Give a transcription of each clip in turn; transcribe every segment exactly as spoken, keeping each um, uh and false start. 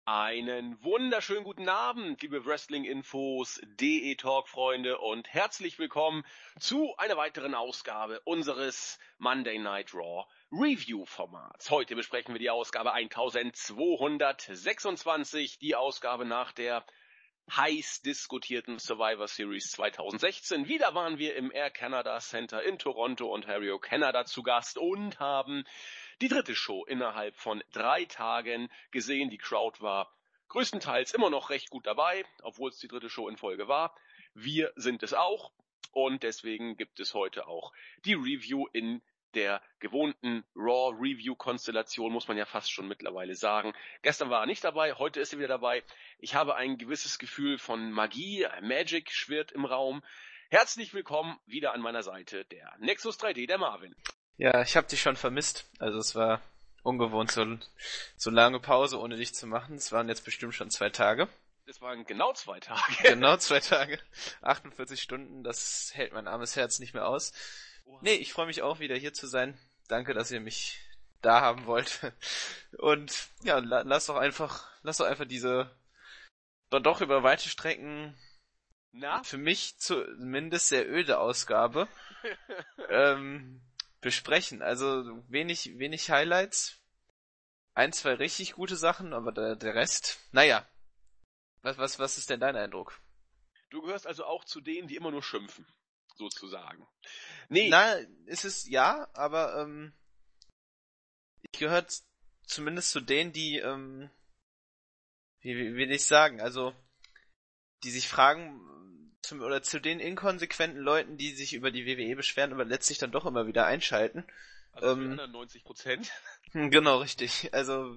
Einen wunderschönen guten Abend, liebe Wrestling-Infos, D E-Talk-Freunde und herzlich willkommen zu einer weiteren Ausgabe unseres Monday Night Raw Review-Formats. Heute besprechen wir die Ausgabe eintausendzweihundertsechsundzwanzig, die Ausgabe nach der heiß diskutierten Survivor Series zweitausendsechzehn. Wieder waren wir im Air Canada Center in Toronto, Ontario, Kanada zu Gast und haben die dritte Show innerhalb von drei Tagen gesehen. Die Crowd war größtenteils immer noch recht gut dabei, obwohl es die dritte Show in Folge war. Wir sind es auch und deswegen gibt es heute auch die Review in der gewohnten Raw-Review-Konstellation, muss man ja fast schon mittlerweile sagen. Gestern war er nicht dabei, heute ist er wieder dabei. Ich habe ein gewisses Gefühl von Magie, Magic schwirrt im Raum. Herzlich willkommen wieder an meiner Seite, der Nexus drei D, der Marvin. Ja, ich habe dich schon vermisst. Also es war ungewohnt, so, so lange Pause ohne dich zu machen. Es waren jetzt bestimmt schon zwei Tage. Es waren genau zwei Tage. Genau zwei Tage. achtundvierzig Stunden, das hält mein armes Herz nicht mehr aus. Nee, ich freue mich auch wieder hier zu sein. Danke, dass ihr mich da haben wollt. Und ja, la- lass doch einfach, lass doch einfach diese dann doch über weite Strecken Na? für mich zumindest sehr öde Ausgabe ähm, besprechen. Also wenig, wenig Highlights. Ein, zwei richtig gute Sachen, aber der, der Rest, naja. Was, was, was ist denn dein Eindruck? Du gehörst also auch zu denen, die immer nur schimpfen, sozusagen. Nee. Na, ist es ja, aber ähm, ich gehöre zumindest zu denen, die, ähm, wie, wie will ich sagen, also die sich fragen, zum, oder zu den inkonsequenten Leuten, die sich über die W W E beschweren, aber letztlich dann doch immer wieder einschalten. Also ähm, die anderen neunzig Prozent. Genau, richtig. Also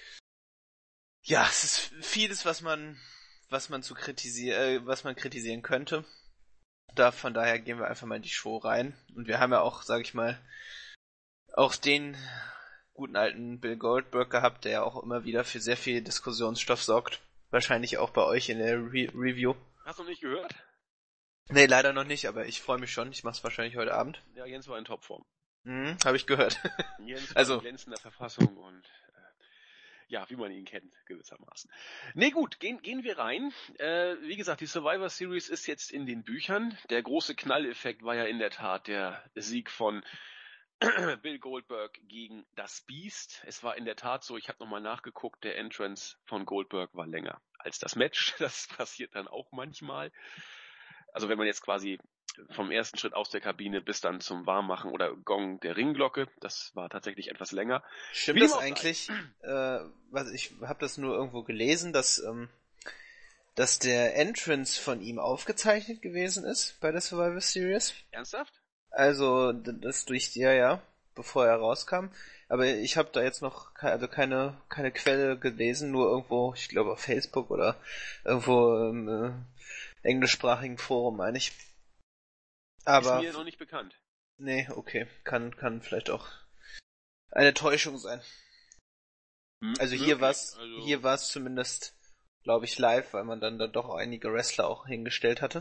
ja, es ist vieles, was man, was man zu kritisieren, äh, was man kritisieren könnte. Da, von daher gehen wir einfach mal in die Show rein. Und wir haben ja auch, sag ich mal, auch den guten alten Bill Goldberg gehabt, der ja auch immer wieder für sehr viel Diskussionsstoff sorgt. Wahrscheinlich auch bei euch in der Re- Review. Hast du nicht gehört? Nee, leider noch nicht, aber ich freue mich schon. Ich mach's wahrscheinlich heute Abend. Ja, Jens war in Topform. Mhm, habe ich gehört. Jens war Also in glänzender Verfassung und äh, ja, wie man ihn kennt, gewissermaßen. Nee, gut, gehen, gehen wir rein. Äh, wie gesagt, die Survivor Series ist jetzt in den Büchern. Der große Knalleffekt war ja in der Tat der Sieg von Bill Goldberg gegen das Beast. Es war in der Tat so, ich habe nochmal nachgeguckt, der Entrance von Goldberg war länger als das Match. Das passiert dann auch manchmal. Also wenn man jetzt quasi vom ersten Schritt aus der Kabine bis dann zum Warmmachen oder Gong der Ringglocke, das war tatsächlich etwas länger. Stimmt das eigentlich? Äh, was ich habe das nur irgendwo gelesen, dass ähm, dass der Entrance von ihm aufgezeichnet gewesen ist bei der Survivor Series. Ernsthaft? Also das durch die, ja, ja, bevor er rauskam. Aber ich habe da jetzt noch ke- also keine keine Quelle gelesen, nur irgendwo, ich glaube auf Facebook oder irgendwo im äh, englischsprachigen Forum, meine ich. Aber ist mir noch nicht bekannt. Nee, okay, kann kann vielleicht auch eine Täuschung sein. Also hier war's, also hier war's zumindest, glaube ich, live, weil man dann da doch einige Wrestler auch hingestellt hatte.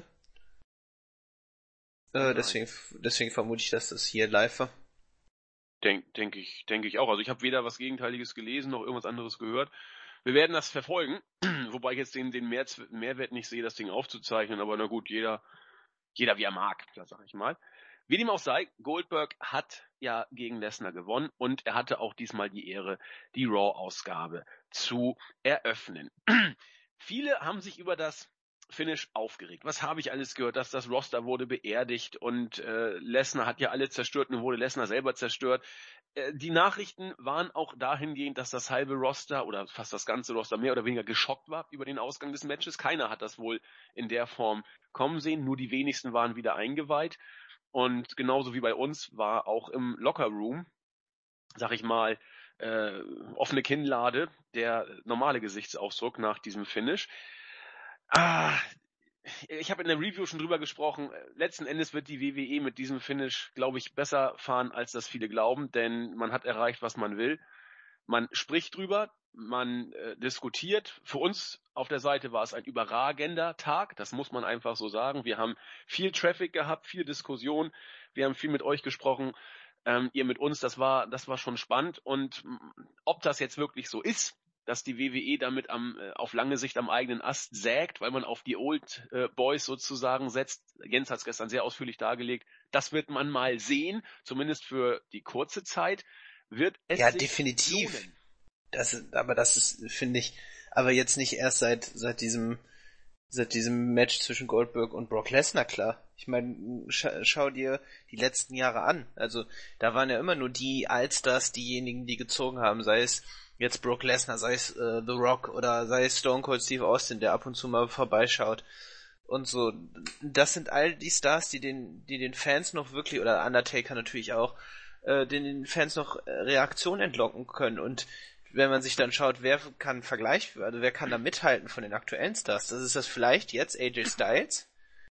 Äh, deswegen, deswegen vermute ich, dass das hier live war. Denke denk ich, denke ich auch. Also ich habe weder was Gegenteiliges gelesen noch irgendwas anderes gehört. Wir werden das verfolgen, wobei ich jetzt den, den Mehr Mehrwert nicht sehe, das Ding aufzuzeichnen, aber na gut, jeder, jeder wie er mag, da sag ich mal. Wie dem auch sei, Goldberg hat ja gegen Lesnar gewonnen und er hatte auch diesmal die Ehre, die Raw-Ausgabe zu eröffnen. Viele haben sich über das Finish aufgeregt. Was habe ich alles gehört? Dass das Roster wurde beerdigt und äh, Lesnar hat ja alle zerstört und wurde Lesnar selber zerstört. Äh, die Nachrichten waren auch dahingehend, dass das halbe Roster oder fast das ganze Roster mehr oder weniger geschockt war über den Ausgang des Matches. Keiner hat das wohl in der Form kommen sehen. Nur die wenigsten waren wieder eingeweiht. Und genauso wie bei uns war auch im Lockerroom, sag ich mal, äh, offene Kinnlade der normale Gesichtsausdruck nach diesem Finish. Ah, ich habe in der Review schon drüber gesprochen, letzten Endes wird die W W E mit diesem Finish, glaube ich, besser fahren, als das viele glauben, denn man hat erreicht, was man will. Man spricht drüber, man äh, diskutiert. Für uns auf der Seite war es ein überragender Tag, das muss man einfach so sagen. Wir haben viel Traffic gehabt, viel Diskussion, wir haben viel mit euch gesprochen, ähm, ihr mit uns, das war, das war schon spannend. Und ob das jetzt wirklich so ist, dass die W W E damit am, äh, auf lange Sicht am eigenen Ast sägt, weil man auf die Old äh, Boys sozusagen setzt. Jens hat es gestern sehr ausführlich dargelegt. Das wird man mal sehen, zumindest für die kurze Zeit. Wird es Ja, sich definitiv. lohnen? Das ist, aber das ist, finde ich, aber jetzt nicht erst seit seit diesem seit diesem Match zwischen Goldberg und Brock Lesnar klar. Ich meine, scha schau dir die letzten Jahre an. Also da waren ja immer nur die Allstars diejenigen, die gezogen haben, sei es jetzt Brock Lesnar, sei es äh, The Rock oder sei es Stone Cold Steve Austin, der ab und zu mal vorbeischaut. Und so, das sind all die Stars, die den, die den Fans noch wirklich, oder Undertaker natürlich auch, äh, den, den Fans noch äh, Reaktion entlocken können. Und wenn man sich dann schaut, wer kann Vergleich, also wer kann da mithalten von den aktuellen Stars, das ist das vielleicht jetzt A J Styles,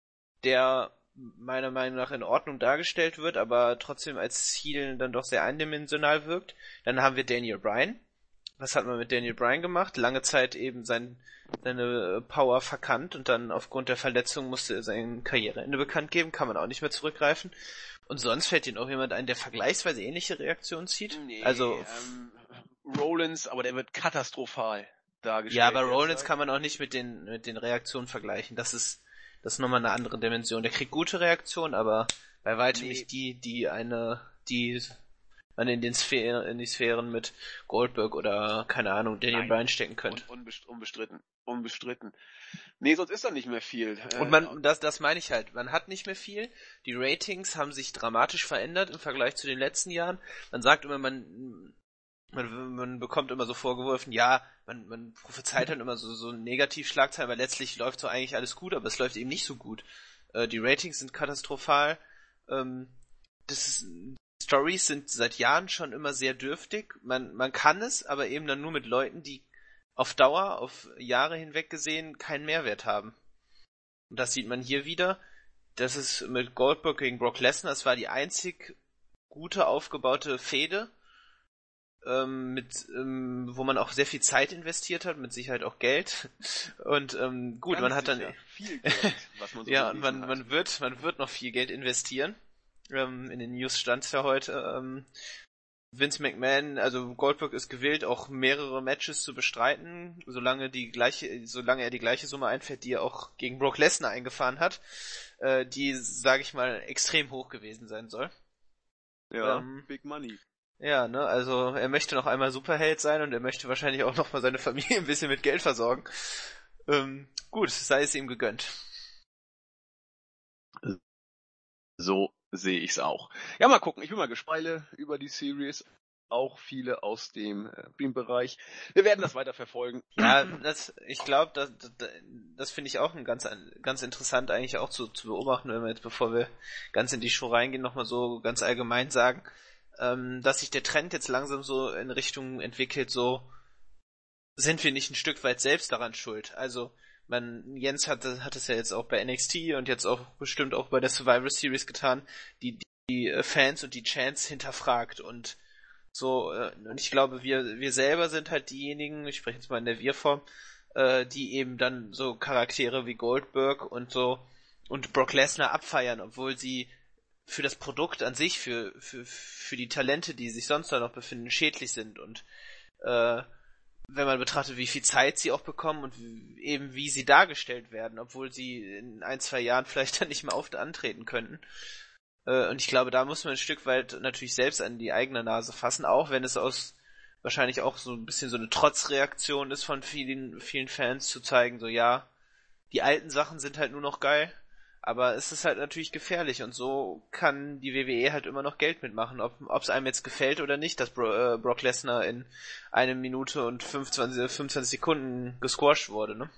der meiner Meinung nach in Ordnung dargestellt wird, aber trotzdem als Heel dann doch sehr eindimensional wirkt. Dann haben wir Daniel Bryan. Was hat man mit Daniel Bryan gemacht? Lange Zeit eben sein, seine Power verkannt und dann aufgrund der Verletzung musste er sein Karriereende bekannt geben, kann man auch nicht mehr zurückgreifen. Und sonst fällt Ihnen auch jemand ein, der vergleichsweise ähnliche Reaktionen zieht? Nee, also ähm, Rollins, aber der wird katastrophal dargestellt. Ja, aber Rollins derzeit. kann man auch nicht mit den mit den Reaktionen vergleichen. Das ist das ist nochmal eine andere Dimension. Der kriegt gute Reaktionen, aber bei weitem Nee. nicht die, die eine, die man in den Sphären, in die Sphären mit Goldberg oder keine Ahnung Daniel Nein. Bryan stecken könnte. Un unbest unbestritten, unbestritten. Nee, sonst ist da nicht mehr viel. Und man, das, das meine ich halt. Man hat nicht mehr viel. Die Ratings haben sich dramatisch verändert im Vergleich zu den letzten Jahren. Man sagt immer, man, man, man bekommt immer so vorgeworfen, ja, man, man prophezeit dann immer so, so Negativschlagzeilen, weil letztlich läuft so eigentlich alles gut, aber es läuft eben nicht so gut. Äh, die Ratings sind katastrophal. Ähm, das ist, Stories sind seit Jahren schon immer sehr dürftig. Man, man kann es, aber eben dann nur mit Leuten, die auf Dauer, auf Jahre hinweg gesehen, keinen Mehrwert haben. Und das sieht man hier wieder. Das ist mit Goldberg gegen Brock Lesnar, das war die einzig gute aufgebaute Fehde, ähm, mit, ähm, wo man auch sehr viel Zeit investiert hat, mit Sicherheit auch Geld. Und ähm, gut, Ganz man hat sicher. dann viel Geld, was man so ja, und gelesen man, hat. man wird, man wird noch viel Geld investieren. Ähm, in den News stand's ja heute. Ähm, Vince McMahon, also Goldberg ist gewillt, auch mehrere Matches zu bestreiten, solange die gleiche, solange er die gleiche Summe einfährt, die er auch gegen Brock Lesnar eingefahren hat, äh, die, sage ich mal, extrem hoch gewesen sein soll. Ja, ähm, Big Money. Ja, ne, also er möchte noch einmal Superheld sein und er möchte wahrscheinlich auch noch mal seine Familie ein bisschen mit Geld versorgen. Ähm, gut, sei es ihm gegönnt. So sehe ich's auch. Ja, mal gucken. Ich bin mal gespannt über die Series. Auch viele aus dem äh, Beam-Bereich. Wir werden das weiter verfolgen. Ja, das, ich glaube, das, das, das finde ich auch ein ganz, ganz interessant eigentlich auch zu, zu beobachten, wenn wir jetzt, bevor wir ganz in die Show reingehen, nochmal so ganz allgemein sagen, ähm, dass sich der Trend jetzt langsam so in Richtung entwickelt, so sind wir nicht ein Stück weit selbst daran schuld. Also, man, Jens hat, hat es ja jetzt auch bei N X T und jetzt auch bestimmt auch bei der Survivor Series getan, die, die Fans und die Chants hinterfragt und so, äh, und ich glaube, wir, wir selber sind halt diejenigen, ich spreche jetzt mal in der Wir-Form, äh, die eben dann so Charaktere wie Goldberg und so und Brock Lesnar abfeiern, obwohl sie für das Produkt an sich, für, für, für die Talente, die sich sonst da noch befinden, schädlich sind und äh, wenn man betrachtet, wie viel Zeit sie auch bekommen und wie, eben wie sie dargestellt werden, obwohl sie in ein, zwei Jahren vielleicht dann nicht mehr oft antreten könnten. Äh, und ich glaube, da muss man ein Stück weit natürlich selbst an die eigene Nase fassen, auch wenn es aus wahrscheinlich auch so ein bisschen so eine Trotzreaktion ist von vielen, vielen Fans zu zeigen, so ja, die alten Sachen sind halt nur noch geil, aber es ist halt natürlich gefährlich und so kann die W W E halt immer noch Geld mitmachen, ob es einem jetzt gefällt oder nicht, dass Bro, äh, Brock Lesnar in eine Minute und fünfundzwanzig, fünfundzwanzig Sekunden gesquasht wurde, ne?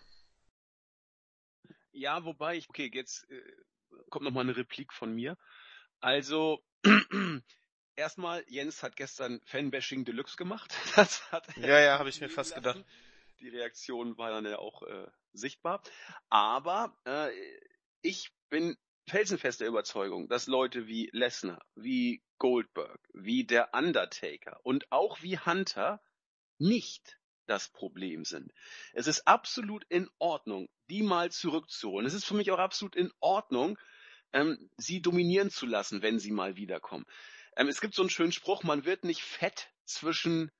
Ja, wobei ich, okay, jetzt äh, kommt nochmal eine Replik von mir. Also, erstmal, Jens hat gestern Fanbashing Deluxe gemacht. Das hat er Ja, ja, habe ich mir fast lassen. gedacht. Die Reaktion war dann ja auch äh, sichtbar. Aber äh, ich bin felsenfest der Überzeugung, dass Leute wie Lesnar, wie Goldberg, wie der Undertaker und auch wie Hunter nicht das Problem sind. Es ist absolut in Ordnung, die mal zurückzuholen. Es ist für mich auch absolut in Ordnung, ähm, sie dominieren zu lassen, wenn sie mal wiederkommen. Ähm, es gibt so einen schönen Spruch, man wird nicht fett zwischen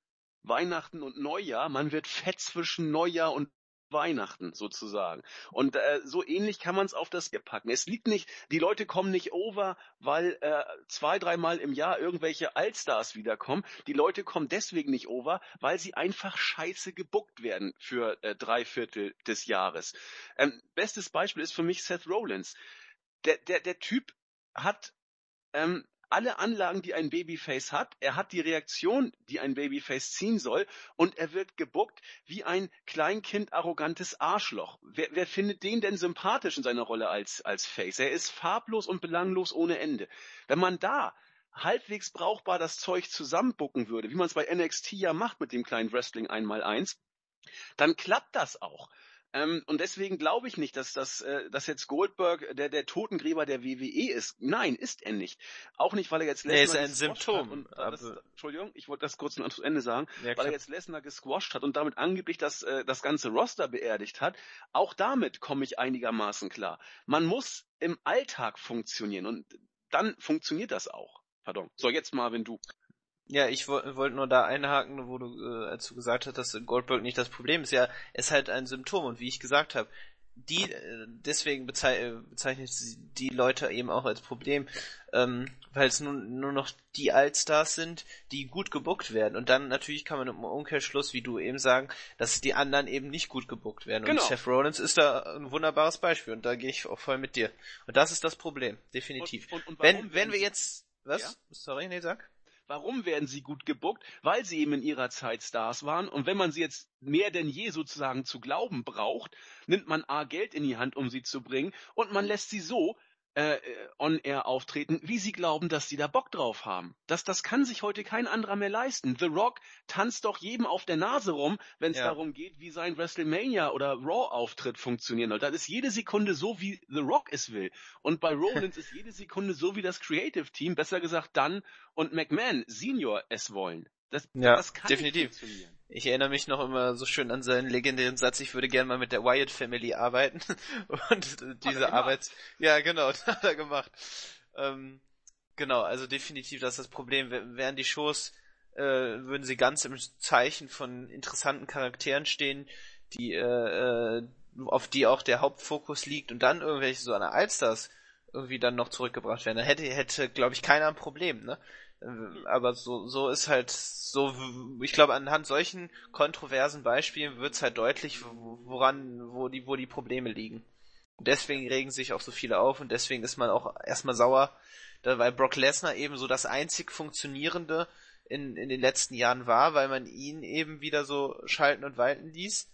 Weihnachten und Neujahr, man wird fett zwischen Neujahr und Weihnachten sozusagen. Und äh, so ähnlich kann man es auf das Bier packen. Es liegt nicht, die Leute kommen nicht over, weil äh, zwei, dreimal im Jahr irgendwelche Allstars wiederkommen. Die Leute kommen deswegen nicht over, weil sie einfach scheiße gebuckt werden für äh, drei Viertel des Jahres. Ähm, bestes Beispiel ist für mich Seth Rollins. Der, der, der Typ hat ähm, alle Anlagen, die ein Babyface hat. Er hat die Reaktion, die ein Babyface ziehen soll, und er wird gebuckt wie ein Kleinkind arrogantes Arschloch. Wer, wer findet den denn sympathisch in seiner Rolle als, als Face? Er ist farblos und belanglos ohne Ende. Wenn man da halbwegs brauchbar das Zeug zusammenbucken würde, wie man es bei N X T ja macht mit dem kleinen Wrestling eins mal eins, dann klappt das auch. Ähm, und deswegen glaube ich nicht, dass, das, äh, dass jetzt Goldberg der, der Totengräber der W W E ist. Nein, ist er nicht. Auch nicht, weil er jetzt Nee, ist Lesnar ein gesquasht Symptom, hat. Und da- das, aber- Entschuldigung, ich wollte das kurz noch zu Ende sagen. Ja, Weil klar. er jetzt Lesnar gesquasht hat und damit angeblich das, äh, das ganze Roster beerdigt hat. Auch damit komme ich einigermaßen klar. Man muss im Alltag funktionieren und dann funktioniert das auch. Pardon. So, jetzt Marvin, du. Ja, ich wo- wollte nur da einhaken, wo du, äh, als du gesagt hast, dass Goldberg nicht das Problem ist. Ja, es ist halt ein Symptom, und wie ich gesagt habe, die, äh, deswegen bezei äh, bezeichnet sie die Leute eben auch als Problem, ähm, weil es nun nur noch die Allstars sind, die gut gebuckt werden. Und dann natürlich kann man im Umkehrschluss, wie du eben sagen, dass die anderen eben nicht gut gebuckt werden. Genau. Und Seth Rollins ist da ein wunderbares Beispiel, und da gehe ich auch voll mit dir. Und das ist das Problem, definitiv. Und, und, und warum wenn wenn werden wir sie- jetzt, was? Ja? Sorry, nee, sag. Warum werden sie gut gebuckt? Weil sie eben in ihrer Zeit Stars waren. Und wenn man sie jetzt mehr denn je sozusagen zu glauben braucht, nimmt man A, Geld in die Hand, um sie zu bringen, und man lässt sie so äh, on-air auftreten, wie sie glauben, dass sie da Bock drauf haben. Das, das kann sich heute kein anderer mehr leisten. The Rock tanzt doch jedem auf der Nase rum, wenn es Ja. darum geht, wie sein WrestleMania oder Raw-Auftritt funktionieren soll. Das ist jede Sekunde so, wie The Rock es will. Und bei Rollins ist jede Sekunde so, wie das Creative Team, besser gesagt Dunn und McMahon Senior es wollen. Das, Ja, das kann definitiv. nicht funktionieren. Ich erinnere mich noch immer so schön an seinen legendären Satz, ich würde gerne mal mit der Wyatt Family arbeiten. Und äh, diese gemacht. Arbeit, ja genau, das hat er gemacht. Ähm, genau, also definitiv, das ist das Problem. W- Wären die Shows, äh, würden sie ganz im Zeichen von interessanten Charakteren stehen, die, äh, äh, auf die auch der Hauptfokus liegt, und dann irgendwelche so eine Allstars irgendwie dann noch zurückgebracht werden, dann hätte, hätte, glaube ich, keiner ein Problem, ne? Äh, Aber so, so ist halt so, w- ich glaube, anhand solchen kontroversen Beispielen wird's halt deutlich, wo- woran, wo die, wo die Probleme liegen. Und deswegen regen sich auch so viele auf, und deswegen ist man auch erstmal sauer, da, weil Brock Lesnar eben so das einzig Funktionierende in, in den letzten Jahren war, weil man ihn eben wieder so schalten und walten ließ.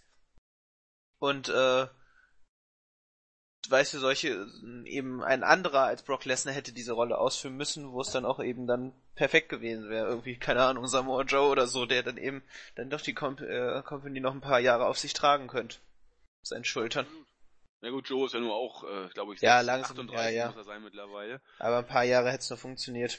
Und, äh, weißt du, solche, eben ein anderer als Brock Lesnar hätte diese Rolle ausfüllen müssen, wo es dann auch eben dann perfekt gewesen wäre. Irgendwie, keine Ahnung, Samoa Joe oder so, der dann eben dann doch die Comp äh, Company noch ein paar Jahre auf sich tragen könnte. Auf seinen Schultern. Na gut, Joe ist ja nur auch, äh, glaube ich, Ja, sechs- langsam, achtunddreißig ja, ja. muss er sein mittlerweile. Aber ein paar Jahre hätte es noch funktioniert.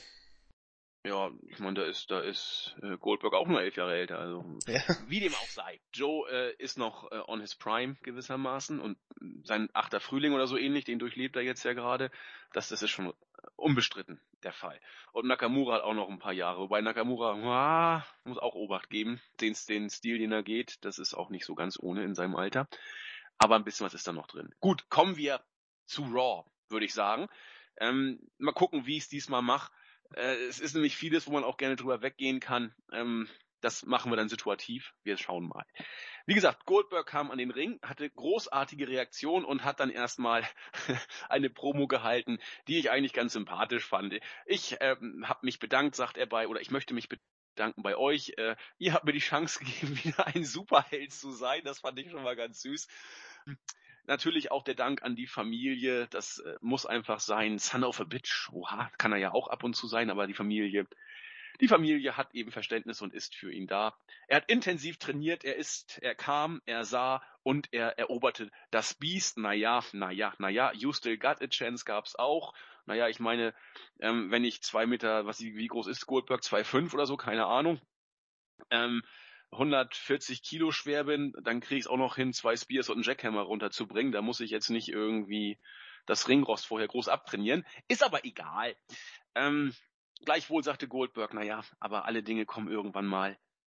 Ja, ich meine, da ist, da ist äh, Goldberg auch nur elf Jahre älter. Also Ja. wie dem auch sei. Joe äh, ist noch äh, on his prime gewissermaßen, und sein achter Frühling oder so ähnlich, den durchlebt er jetzt ja gerade. Das, das ist schon unbestritten der Fall. Und Nakamura hat auch noch ein paar Jahre, wobei Nakamura ah, muss auch Obacht geben. Den, den Stil, den er geht, das ist auch nicht so ganz ohne in seinem Alter. Aber ein bisschen was ist da noch drin. Gut, kommen wir zu Raw, würde ich sagen. Ähm, mal gucken, wie ich es diesmal mache. Äh, es ist nämlich vieles, wo man auch gerne drüber weggehen kann. Ähm, das machen wir dann situativ. Wir schauen mal. Wie gesagt, Goldberg kam an den Ring, hatte großartige Reaktion und hat dann erstmal eine Promo gehalten, die ich eigentlich ganz sympathisch fand. Ich ähm, habe mich bedankt, sagt er bei, oder ich möchte mich bedanken bei euch. Äh, ihr habt mir die Chance gegeben, wieder ein Superheld zu sein. Das fand ich schon mal ganz süß. Natürlich auch der Dank an die Familie, das äh, muss einfach sein. Son of a Bitch, oha, kann er ja auch ab und zu sein, aber die Familie, die Familie hat eben Verständnis und ist für ihn da. Er hat intensiv trainiert, er ist, er kam, er sah und er eroberte das Biest. Naja, naja, naja, you still got a chance gab's auch. Naja, ich meine, ähm, wenn ich zwei Meter, was wie groß ist Goldberg, zwei Komma fünf oder so, keine Ahnung, ähm, hundertvierzig Kilo schwer bin, dann kriege ich es auch noch hin, zwei Spears und einen Jackhammer runterzubringen. Da muss ich jetzt nicht irgendwie das Ringrost vorher groß abtrainieren. Ist aber egal. Ähm, gleichwohl sagte Goldberg, naja, aber alle Dinge kommen irgendwann mal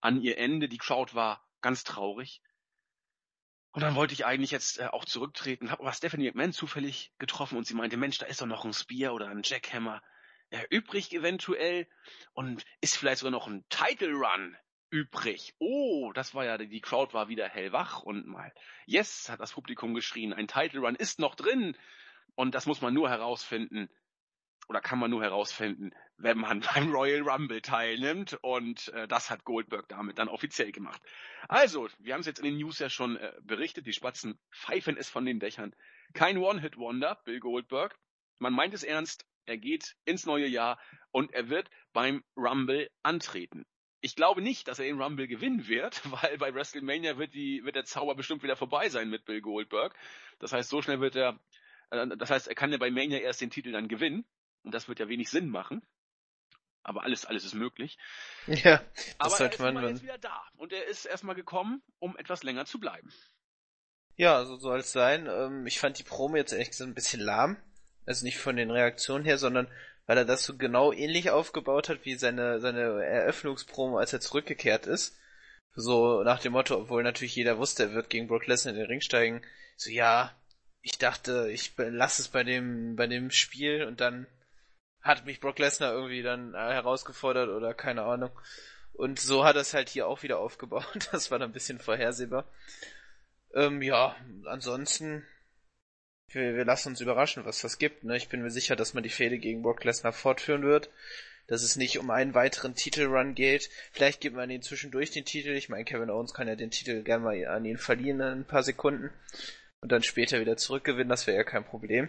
an ihr Ende. Die Crowd war ganz traurig. Und dann wollte ich eigentlich jetzt äh, auch zurücktreten, habe aber Stephanie McMahon zufällig getroffen und sie meinte, Mensch, da ist doch noch ein Spear oder ein Jackhammer äh, übrig eventuell und ist vielleicht sogar noch ein Title Run übrig. Oh, das war ja, die Crowd war wieder hellwach und mal, yes, hat das Publikum geschrien, ein Title Run ist noch drin und das muss man nur herausfinden, oder kann man nur herausfinden, wenn man beim Royal Rumble teilnimmt und äh, das hat Goldberg damit dann offiziell gemacht. Also, wir haben es jetzt in den News ja schon äh, berichtet, die Spatzen pfeifen es von den Dächern. Kein One-Hit-Wonder, Bill Goldberg. Man meint es ernst, er geht ins neue Jahr und er wird beim Rumble antreten. Ich glaube nicht, dass er den Rumble gewinnen wird, weil bei WrestleMania wird, die, wird der Zauber bestimmt wieder vorbei sein mit Bill Goldberg. Das heißt, so schnell wird er, äh, das heißt, er kann ja bei Mania erst den Titel dann gewinnen. Und das wird ja wenig Sinn machen. Aber alles, alles ist möglich. Ja, das aber sollte er ist man jetzt wieder da. Und er ist erstmal gekommen, um etwas länger zu bleiben. Ja, so soll es sein. Ähm, ich fand die Promo jetzt ehrlich gesagt ein bisschen lahm. Also nicht von den Reaktionen her, sondern weil er das so genau ähnlich aufgebaut hat wie seine, seine Eröffnungspromo, als er zurückgekehrt ist. So nach dem Motto, obwohl natürlich jeder wusste, er wird gegen Brock Lesnar in den Ring steigen. So, ja, ich dachte, ich lasse es bei dem, bei dem Spiel und dann hat mich Brock Lesnar irgendwie dann herausgefordert oder keine Ahnung. Und so hat er es halt hier auch wieder aufgebaut. Das war dann ein bisschen vorhersehbar. Ähm, ja, ansonsten, wir, wir lassen uns überraschen, was das gibt. Ne? Ich bin mir sicher, dass man die Fehde gegen Brock Lesnar fortführen wird. Dass es nicht um einen weiteren Titelrun geht. Vielleicht gibt man ihn zwischendurch den Titel. Ich meine, Kevin Owens kann ja den Titel gerne mal an ihn verlieren in ein paar Sekunden. Und dann später wieder zurückgewinnen. Das wäre ja kein Problem.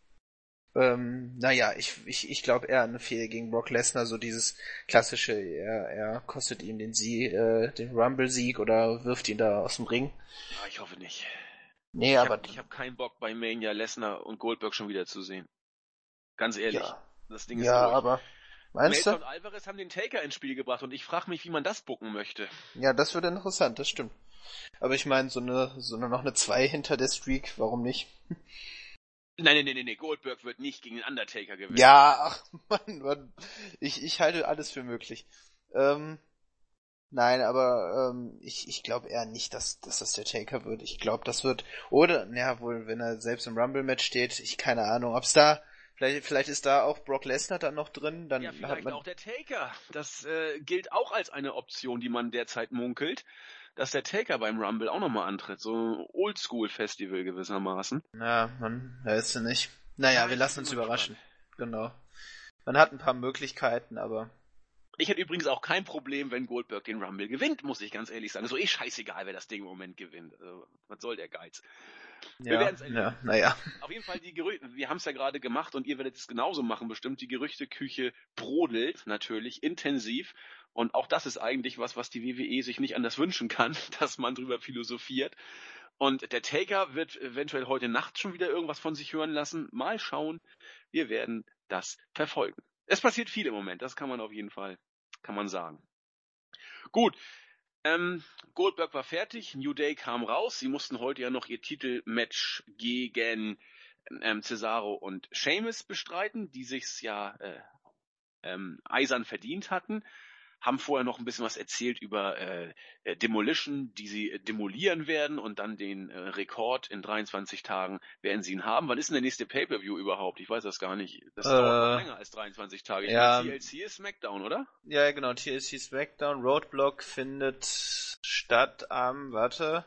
Ähm, naja, ich, ich, ich glaube eher an eine Fehde gegen Brock Lesnar, so dieses klassische, er, er kostet ihm den Sieg, äh, den Rumble-Sieg oder wirft ihn da aus dem Ring. Ja, ich hoffe nicht. Nee, ich aber... Hab, ich habe keinen Bock bei Mania Lesnar und Goldberg schon wieder zu sehen. Ganz ehrlich. Ja, das Ding ist ja durch. aber... Meinst Meltzer du? und Alvarez haben den Taker ins Spiel gebracht und ich frage mich, wie man das bucken möchte. Ja, das wird interessant, das stimmt. Aber ich meine, so eine, so eine, noch eine zwei hinter der Streak, warum nicht? Nein, nein, nein, nein, Goldberg wird nicht gegen den Undertaker gewinnen. Ja, ach, Mann, Mann. Ich, ich halte alles für möglich. Ähm, nein, aber ähm, ich, ich glaube eher nicht, dass, dass das der Taker wird. Ich glaube, das wird, oder, naja, wohl, wenn er selbst im Rumble-Match steht, ich keine Ahnung, ob's da, vielleicht, vielleicht ist da auch Brock Lesnar dann noch drin, dann ja, hat vielleicht man... auch der Taker. Das äh, gilt auch als eine Option, die man derzeit munkelt, dass der Taker beim Rumble auch nochmal antritt. So ein Oldschool-Festival gewissermaßen. Ja, man, weißt du nicht. Naja, Ja, wir ich lassen bin uns mal überraschen. Genau. Man hat ein paar Möglichkeiten, aber... Ich hätte übrigens auch kein Problem, wenn Goldberg den Rumble gewinnt, muss ich ganz ehrlich sagen. So eh scheißegal, wer das Ding im Moment gewinnt. Also, was soll der Geiz? Wir Ja, werden's erleben. ja, naja. Auf jeden Fall die Gerüchte, wir haben es ja gerade gemacht und ihr werdet es genauso machen bestimmt. Die Gerüchteküche brodelt natürlich intensiv und auch das ist eigentlich was, was die W W E sich nicht anders wünschen kann, dass man drüber philosophiert. Und der Taker wird eventuell heute Nacht schon wieder irgendwas von sich hören lassen. Mal schauen. Wir werden das verfolgen. Es passiert viel im Moment, das kann man auf jeden Fall, kann man sagen. Gut, ähm, Goldberg war fertig, New Day kam raus. Sie mussten heute ja noch ihr Titelmatch gegen ähm, Cesaro und Sheamus bestreiten, die sich's ja äh, ähm, eisern verdient hatten. Haben vorher noch ein bisschen was erzählt über äh, Demolition, die sie äh, demolieren werden und dann den äh, Rekord in dreiundzwanzig Tagen werden sie ihn haben. Wann ist denn der nächste Pay-Per-View überhaupt? Ich weiß das gar nicht. Das Äh, dauert noch länger als dreiundzwanzig Tage. Ich ja, meine, T L C ist SmackDown, oder? Ja, genau, T L C SmackDown, Roadblock findet statt am, warte,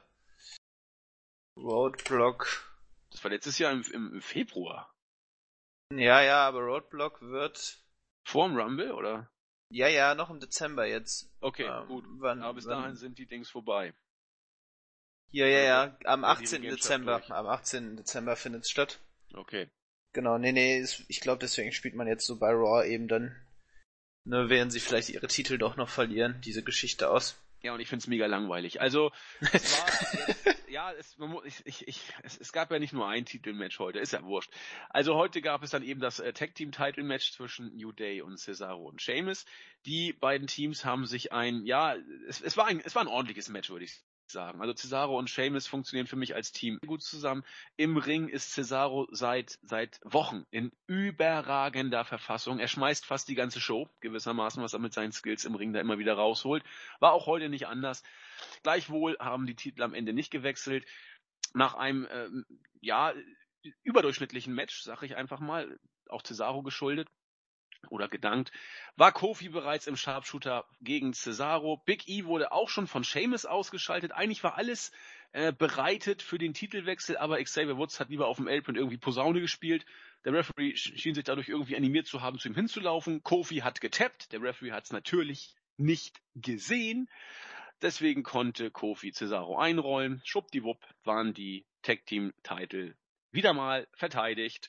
Roadblock, Das war letztes Jahr im, im, im Februar. ja, ja, aber Roadblock wird, Vorm Rumble, oder? ja, ja, noch im Dezember jetzt. Okay, ähm, gut. Wann, Aber bis wann, dahin sind die Dings vorbei. Ja, ja, ja, am Ja, die achtzehnten Regentschaft Dezember, durch. am achtzehnten Dezember findet's statt. Okay. Genau, nee, nee, ist, ich glaube, deswegen spielt man jetzt so bei Raw eben dann, ne, werden sie vielleicht ihre Titel doch noch verlieren, diese Geschichte aus. Ja, und ich find's mega langweilig. Also, es war jetzt, ja, es, man, mu- ich, ich, ich, es, es gab ja nicht nur ein Titelmatch heute, ist ja wurscht. Also heute gab es dann eben das äh, Tag-Team-Title-Match zwischen New Day und Cesaro und Sheamus. Die beiden Teams haben sich ein, ja, es, es war ein, es war ein ordentliches Match, würde ich sagen. Also Cesaro und Sheamus funktionieren für mich als Team gut zusammen. Im Ring ist Cesaro seit seit Wochen in überragender Verfassung. Er schmeißt fast die ganze Show, gewissermaßen, was er mit seinen Skills im Ring da immer wieder rausholt. War auch heute nicht anders. Gleichwohl haben die Titel am Ende nicht gewechselt. Nach einem ähm, ja überdurchschnittlichen Match, sag ich einfach mal, auch Cesaro geschuldet oder gedankt, war Kofi bereits im Sharpshooter gegen Cesaro. Big E wurde auch schon von Sheamus ausgeschaltet. Eigentlich war alles äh, bereitet für den Titelwechsel, aber Xavier Woods hat lieber auf dem Apron irgendwie Posaune gespielt. Der Referee schien sich dadurch irgendwie animiert zu haben, zu ihm hinzulaufen. Kofi hat getappt. Der Referee hat es natürlich nicht gesehen. Deswegen konnte Kofi Cesaro einrollen. Schwuppdiwupp waren die Tag-Team-Titel wieder mal verteidigt.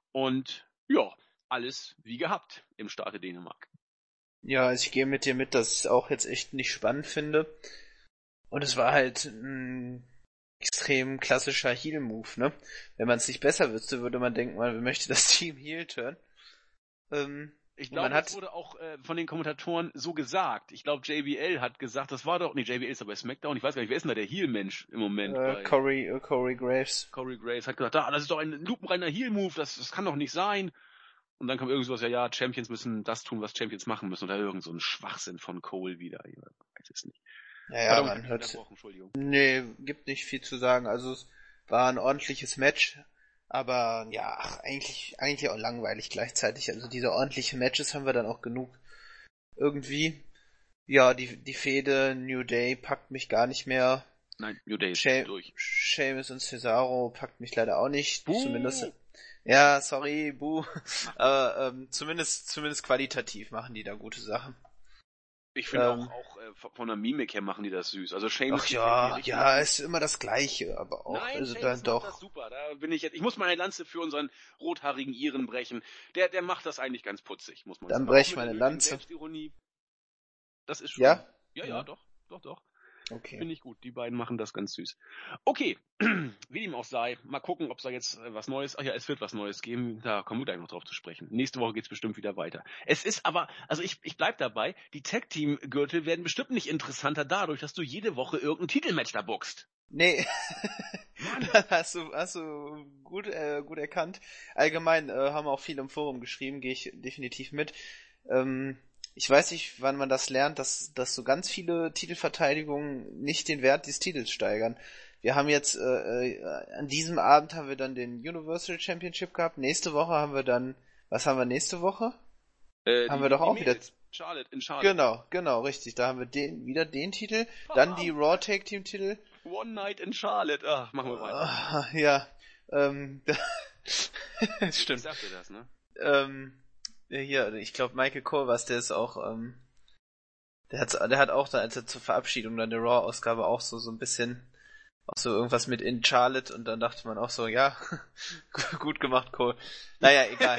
Und ja, alles wie gehabt im Staate Dänemark. Ja, also ich gehe mit dir mit, dass ich es auch jetzt echt nicht spannend finde. Und es war halt ein extrem klassischer Heel-Move, ne? Wenn man es nicht besser wüsste, würde man denken, man möchte das Team Heel turn. Ähm, ich glaube, das wurde auch äh, von den Kommentatoren so gesagt. Ich glaube, J B L hat gesagt, das war doch, nee, J B L ist aber bei SmackDown, ich weiß gar nicht, wer ist denn da der Heel-Mensch im Moment? Äh, Corey, äh, Corey Graves. Corey Graves hat gesagt, ah, das ist doch ein lupenreiner Heel-Move, das, das kann doch nicht sein. Und dann kam irgend sowas, ja, ja, Champions müssen das tun, was Champions machen müssen. Oder irgend so ein Schwachsinn von Cole wieder. Ich weiß es nicht. Ja, ja, man hört. Nee, gibt nicht viel zu sagen. Also es war ein ordentliches Match, aber ja, ach, eigentlich, eigentlich auch langweilig gleichzeitig. Also diese ordentlichen Matches haben wir dann auch genug. Irgendwie. Ja, die, die Fehde New Day packt mich gar nicht mehr. Nein, New Day ist She- durch. Sheamus und Cesaro packt mich leider auch nicht. Buh. Zumindest. Ja, sorry, buh. Aber ähm, zumindest, zumindest qualitativ machen die da gute Sachen. Ich finde ähm, auch, auch äh, von der Mimik her machen die das süß. Also Sheamus. Ach ja, ja, ist immer das Gleiche, aber auch. Nein, also Sheamus dann doch. macht das super. Da bin ich jetzt. Ich muss meine Lanze für unseren rothaarigen Iren brechen. Der, der macht das eigentlich ganz putzig, muss man dann sagen. Dann brech ich meine Lanze. Selbstironie. Das ist schon. Ja? Ja, ja, ja, doch, doch, doch. Okay. Finde ich gut. Die beiden machen das ganz süß. Okay, wie dem auch sei, mal gucken, ob es da jetzt was Neues, ach ja, es wird was Neues geben, da kommen wir gleich noch drauf zu sprechen. Nächste Woche geht's bestimmt wieder weiter. Es ist aber, also ich, ich bleib dabei, die Tag-Team-Gürtel werden bestimmt nicht interessanter dadurch, dass du jede Woche irgendein Titelmatch da boxt. Nee, hast du, hast du gut, äh, gut erkannt. Allgemein äh, haben auch viele im Forum geschrieben, gehe ich definitiv mit. Ähm, Ich weiß nicht, wann man das lernt, dass, dass so ganz viele Titelverteidigungen nicht den Wert des Titels steigern. Wir haben jetzt, äh, äh, an diesem Abend haben wir dann den Universal Championship gehabt. Nächste Woche haben wir dann, was haben wir nächste Woche? Äh, haben die, wir doch die auch wieder... Charlotte, in Charlotte. Genau, genau, richtig. Da haben wir den, wieder den Titel, dann die Raw Tag Team Titel. One Night in Charlotte. Ach, machen wir weiter. Uh, ja, ähm, stimmt. Ich sagte das, ne? Ähm, hier, ich glaube Michael Cole was, der ist auch, ähm, der hat, der hat auch dann, als er zur Verabschiedung dann der Raw-Ausgabe auch so, so ein bisschen, auch so irgendwas mit in Charlotte und dann dachte man auch so, ja, gut gemacht, Cole. Naja, egal.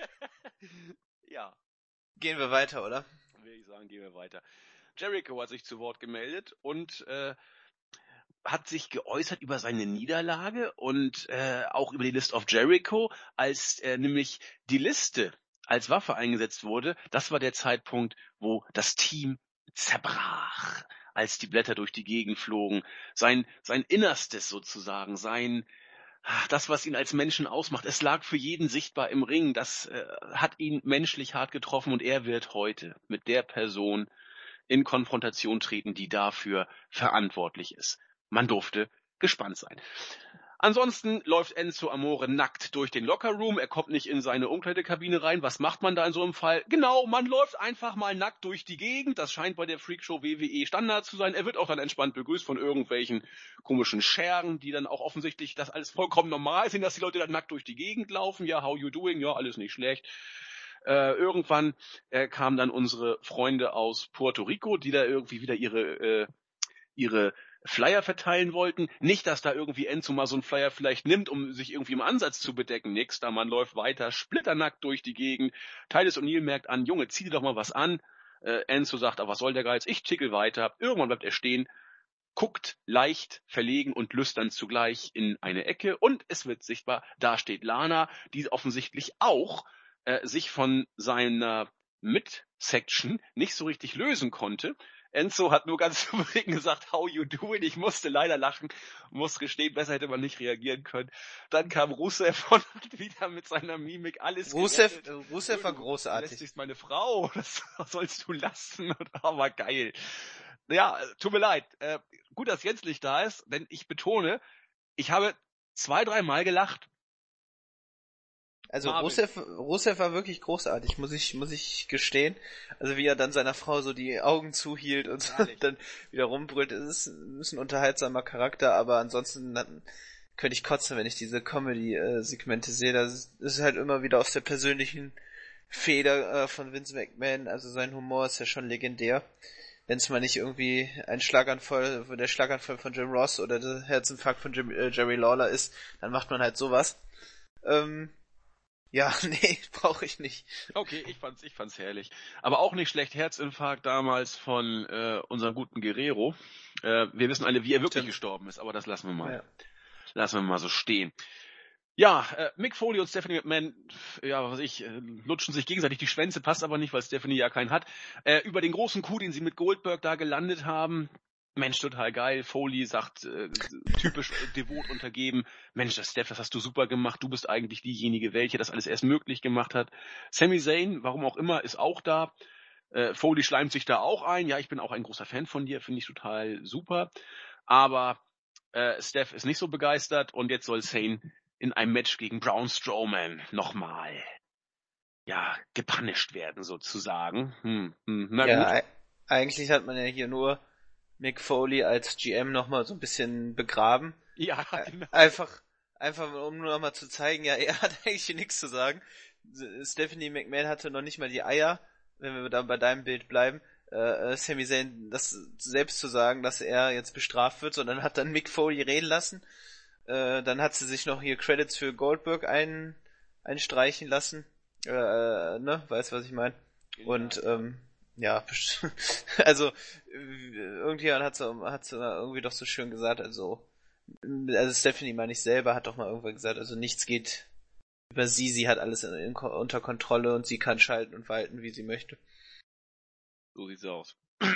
Ja. Gehen wir weiter, oder? Würde ich sagen, gehen wir weiter. Jericho hat sich zu Wort gemeldet und, äh, hat sich geäußert über seine Niederlage und äh, auch über die List of Jericho, als äh, nämlich die Liste als Waffe eingesetzt wurde. Das war der Zeitpunkt, wo das Team zerbrach, als die Blätter durch die Gegend flogen. Sein sein Innerstes sozusagen, sein das, was ihn als Menschen ausmacht. Es lag für jeden sichtbar im Ring. Das äh, hat ihn menschlich hart getroffen und er wird heute mit der Person in Konfrontation treten, die dafür verantwortlich ist. Man durfte gespannt sein. Ansonsten läuft Enzo Amore nackt durch den Lockerroom. Er kommt nicht in seine Umkleidekabine rein. Was macht man da in so einem Fall? Genau, man läuft einfach mal nackt durch die Gegend. Das scheint bei der Freakshow W W E Standard zu sein. Er wird auch dann entspannt begrüßt von irgendwelchen komischen Schergen, die dann auch offensichtlich das alles vollkommen normal sehen, dass die Leute dann nackt durch die Gegend laufen. Ja, how you doing? Ja, alles nicht schlecht. Äh, irgendwann äh, kamen dann unsere Freunde aus Puerto Rico, die da irgendwie wieder ihre äh, ihre Flyer verteilen wollten. Nicht, dass da irgendwie Enzo mal so einen Flyer vielleicht nimmt, um sich irgendwie im Ansatz zu bedecken. Nix, da man läuft weiter, splitternackt durch die Gegend. Titus O'Neil merkt an, Junge, zieh dir doch mal was an. Äh, Enzo sagt, aber was soll der Geiz? Ich tickel weiter. Irgendwann bleibt er stehen, guckt leicht, verlegen und lüstern zugleich in eine Ecke und es wird sichtbar, da steht Lana, die offensichtlich auch äh, sich von seiner Mid-Section nicht so richtig lösen konnte. Enzo hat nur ganz souverän gesagt, how you doing? Ich musste leider lachen, muss gestehen, besser hätte man nicht reagieren können. Dann kam Rusev und hat wieder mit seiner Mimik alles Rusev, gerettet. Rusev war Du großartig. belästigst meine Frau, das sollst du lassen. Aber geil. Ja, tut mir leid. Äh, gut, dass Jens nicht da ist, denn ich betone, ich habe zwei, dreimal gelacht. Also Marvin. Rusev, Rusev war wirklich großartig, muss ich, muss ich gestehen. Also wie er dann seiner Frau so die Augen zuhielt und so, dann wieder rumbrüllt. Es ist, ist ein unterhaltsamer Charakter, aber ansonsten dann könnte ich kotzen, wenn ich diese Comedy-Segmente sehe. Das ist halt immer wieder aus der persönlichen Feder äh, von Vince McMahon. Also sein Humor ist ja schon legendär. Wenn es mal nicht irgendwie ein Schlaganfall, der Schlaganfall von Jim Ross oder der Herzinfarkt von Jim, äh, Jerry Lawler ist, dann macht man halt sowas. Ähm, Ja, nee, brauche ich nicht. Okay, ich fand's, ich fand's herrlich. Aber auch nicht schlecht Herzinfarkt damals von äh, unserem guten Guerrero. Äh, wir wissen alle, wie er wirklich Stimmt. gestorben ist, aber das lassen wir mal. Ja. Lassen wir mal so stehen. Ja, äh, Mick Foley und Stephanie McMahon, ja, was weiß ich, äh, lutschen sich gegenseitig die Schwänze, passt aber nicht, weil Stephanie ja keinen hat. Äh, über den großen Coup, den sie mit Goldberg da gelandet haben, Mensch, total geil. Foley sagt, äh, typisch äh, devot untergeben, Mensch, das Steph, das hast du super gemacht, du bist eigentlich diejenige, welche das alles erst möglich gemacht hat. Sami Zayn, warum auch immer, ist auch da. Äh, Foley schleimt sich da auch ein. Ja, ich bin auch ein großer Fan von dir, finde ich total super. Aber äh, Steph ist nicht so begeistert und jetzt soll Zayn in einem Match gegen Braun Strowman nochmal, ja, gepunished werden sozusagen. Hm, hm, na ja, gut. e- eigentlich hat man ja hier nur Mick Foley als G M nochmal so ein bisschen begraben. Ja, Ä- genau. Einfach, einfach um nur nochmal zu zeigen, ja, er hat eigentlich hier nichts zu sagen. S- Stephanie McMahon hatte noch nicht mal die Eier, wenn wir dann bei deinem Bild bleiben, äh, äh, Sami Zayn das selbst zu sagen, dass er jetzt bestraft wird, sondern hat dann Mick Foley reden lassen. Äh, dann hat sie sich noch hier Credits für Goldberg ein, einstreichen lassen. Äh, äh, ne, weißt was ich meine? Und ähm, ja, also äh, irgendjemand hat so, hat so irgendwie doch so schön gesagt, also also Stephanie meine ich selber hat doch mal irgendwann gesagt, also nichts geht über sie, sie hat alles in, in, unter Kontrolle und sie kann schalten und walten, wie sie möchte. So sieht's aus.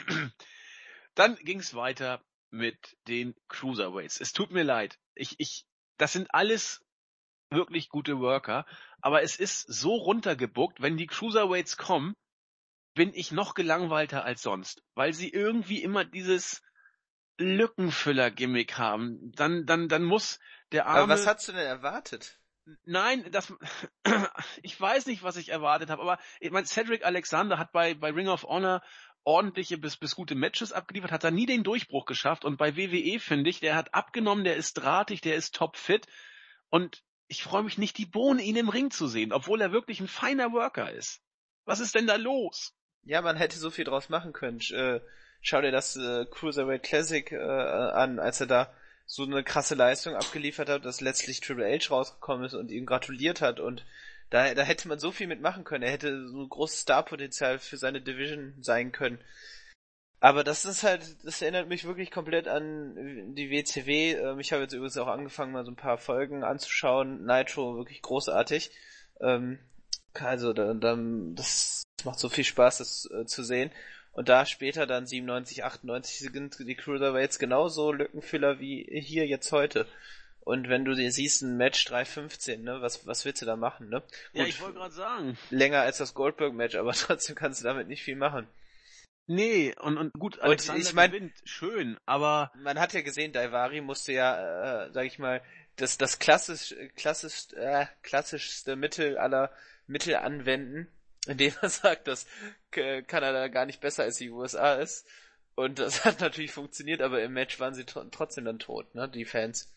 Dann ging's weiter mit den Cruiserweights. Es tut mir leid. Ich, ich, das sind alles wirklich gute Worker, aber es ist so runtergebuckt, wenn die Cruiserweights kommen, bin ich noch gelangweilter als sonst, weil sie irgendwie immer dieses Lückenfüller-Gimmick haben. Dann, dann, dann muss der arme... Aber was hast du denn erwartet? Nein, das, ich weiß nicht, was ich erwartet habe, aber ich meine, Cedric Alexander hat bei, bei Ring of Honor ordentliche bis, bis gute Matches abgeliefert, hat da nie den Durchbruch geschafft und bei W W E finde ich, der hat abgenommen, der ist drahtig, der ist topfit und ich freue mich nicht die Bohne, ihn im Ring zu sehen, obwohl er wirklich ein feiner Worker ist. Was ist denn da los? Ja, man hätte so viel draus machen können. Äh, schau dir das äh, Cruiserweight Classic äh, an, als er da so eine krasse Leistung abgeliefert hat, dass letztlich Triple H rausgekommen ist und ihm gratuliert hat und da, da hätte man so viel mitmachen können. Er hätte so ein großes Starpotenzial für seine Division sein können. Aber das ist halt, das erinnert mich wirklich komplett an die W C W. Ähm, ich habe jetzt übrigens auch angefangen, mal so ein paar Folgen anzuschauen. Nitro, wirklich großartig. Ähm, also, da, da, das macht so viel Spaß, das äh, zu sehen. Und da später dann siebenundneunzig, achtundneunzig sind die Cruiserweights genauso Lückenfüller wie hier jetzt heute. Und wenn du dir siehst, ein Match drei fünfzehn, ne, was, was willst du da machen, ne? Ja, Gut, ich wollte gerade sagen. länger als das Goldberg-Match, aber trotzdem kannst du damit nicht viel machen. Nee, und, und gut, Und Alexander ich mein- gewinnt, schön, aber Man hat ja gesehen, Daivari musste ja, äh, sag ich mal, das, das klassisch, klassisch, äh, klassischste Mittel aller Mittel anwenden, indem er sagt, dass äh, Kanada gar nicht besser als die U S A ist. Und das hat natürlich funktioniert, aber im Match waren sie tr- trotzdem dann tot, ne, die Fans.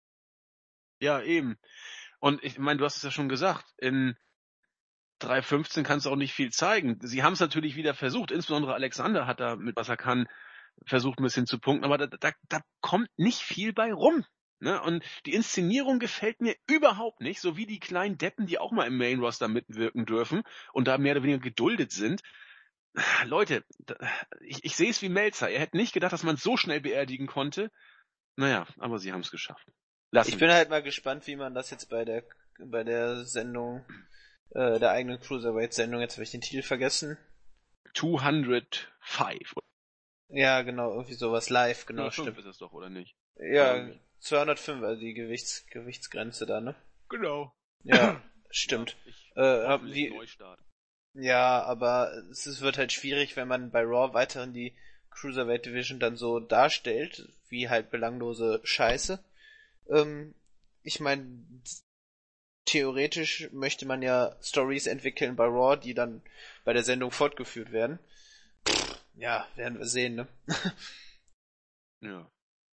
ja, eben. Und ich meine, du hast es ja schon gesagt, in drei fünfzehn kannst du auch nicht viel zeigen. Sie haben es natürlich wieder versucht, insbesondere Alexander hat da mit was er kann versucht ein bisschen zu punkten, aber da, da, da kommt nicht viel bei rum. Ne? Und die Inszenierung gefällt mir überhaupt nicht, so wie die kleinen Deppen, die auch mal im Main Roster mitwirken dürfen und da mehr oder weniger geduldet sind. Leute, da, ich, ich sehe es wie Melzer. Er hätte nicht gedacht, dass man es so schnell beerdigen konnte. Naja, aber sie haben es geschafft. Lassen Ich bin halt mal gespannt, wie man das jetzt bei der bei der Sendung, äh, der eigenen Cruiserweight-Sendung, jetzt habe ich den Titel vergessen. zweihundertfünf. Ja, genau, irgendwie sowas live, genau, zweihundertfünf stimmt. ist das doch, oder nicht? Ja, zweihundertfünf, also die Gewichts Gewichtsgrenze da, ne? Genau. Ja, stimmt. Ja, ich Äh, hab- hoffentlich wie, Neustart. ja, aber es ist- wird halt schwierig, wenn man bei Raw weiterhin die Cruiserweight Division dann so darstellt, wie halt belanglose Scheiße. Ähm, ich meine, theoretisch möchte man ja Stories entwickeln bei Raw, die dann bei der Sendung fortgeführt werden. Ja, werden wir sehen, ne? Ja.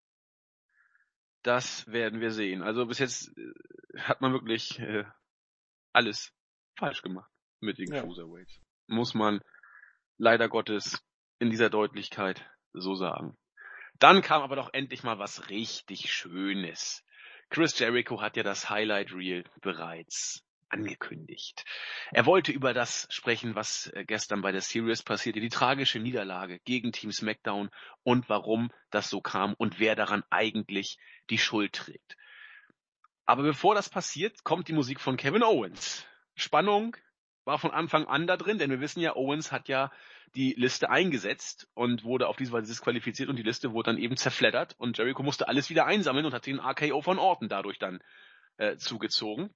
Das werden wir sehen. Also bis jetzt äh, hat man wirklich äh, alles falsch gemacht mit den Ja. Cruiserweights. Muss man leider Gottes in dieser Deutlichkeit so sagen. Dann kam aber doch endlich mal was richtig Schönes. Chris Jericho hat ja das Highlight Reel bereits angekündigt. Er wollte über das sprechen, was äh, gestern bei der Series passierte, die tragische Niederlage gegen Team SmackDown und warum das so kam und wer daran eigentlich die Schuld trägt. Aber bevor das passiert, kommt die Musik von Kevin Owens. Spannung war von Anfang an da drin, denn wir wissen ja, Owens hat ja die Liste eingesetzt und wurde auf diese Weise disqualifiziert und die Liste wurde dann eben zerfleddert und Jericho musste alles wieder einsammeln und hat den R K O von Orton dadurch dann äh, zugezogen.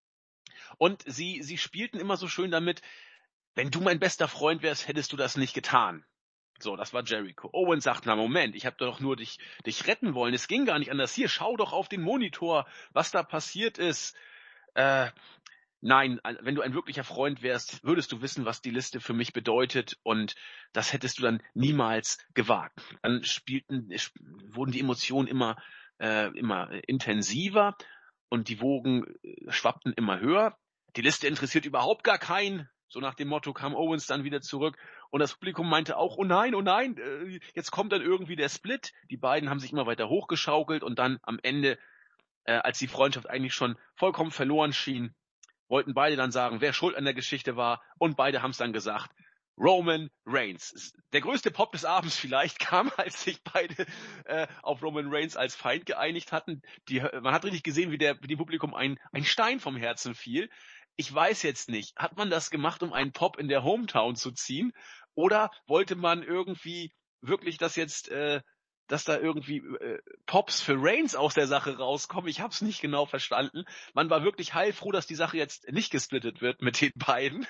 Und sie, sie spielten immer so schön damit, wenn du mein bester Freund wärst, hättest du das nicht getan. So, das war Jericho. Owens sagt, na Moment, ich habe doch nur dich, dich retten wollen. Es ging gar nicht anders. Hier, schau doch auf den Monitor, was da passiert ist. Äh, nein, wenn du ein wirklicher Freund wärst, würdest du wissen, was die Liste für mich bedeutet und das hättest du dann niemals gewagt. Dann spielten, wurden die Emotionen immer, äh, immer intensiver und die Wogen äh, schwappten immer höher. Die Liste interessiert überhaupt gar keinen. So nach dem Motto kam Owens dann wieder zurück und das Publikum meinte auch, oh nein, oh nein, äh, jetzt kommt dann irgendwie der Split. Die beiden haben sich immer weiter hochgeschaukelt und dann am Ende, äh, als die Freundschaft eigentlich schon vollkommen verloren schien, wollten beide dann sagen, wer schuld an der Geschichte war und beide haben es dann gesagt. Roman Reigns. Der größte Pop des Abends vielleicht kam, als sich beide äh, auf Roman Reigns als Feind geeinigt hatten. Die, man hat richtig gesehen, wie, der, wie dem Publikum ein, ein Stein vom Herzen fiel. Ich weiß jetzt nicht, hat man das gemacht, um einen Pop in der Hometown zu ziehen? Oder wollte man irgendwie wirklich das jetzt, äh, dass da irgendwie äh, Pops für Reigns aus der Sache rauskommen? Ich habe es nicht genau verstanden. Man war wirklich heilfroh, dass die Sache jetzt nicht gesplittet wird mit den beiden.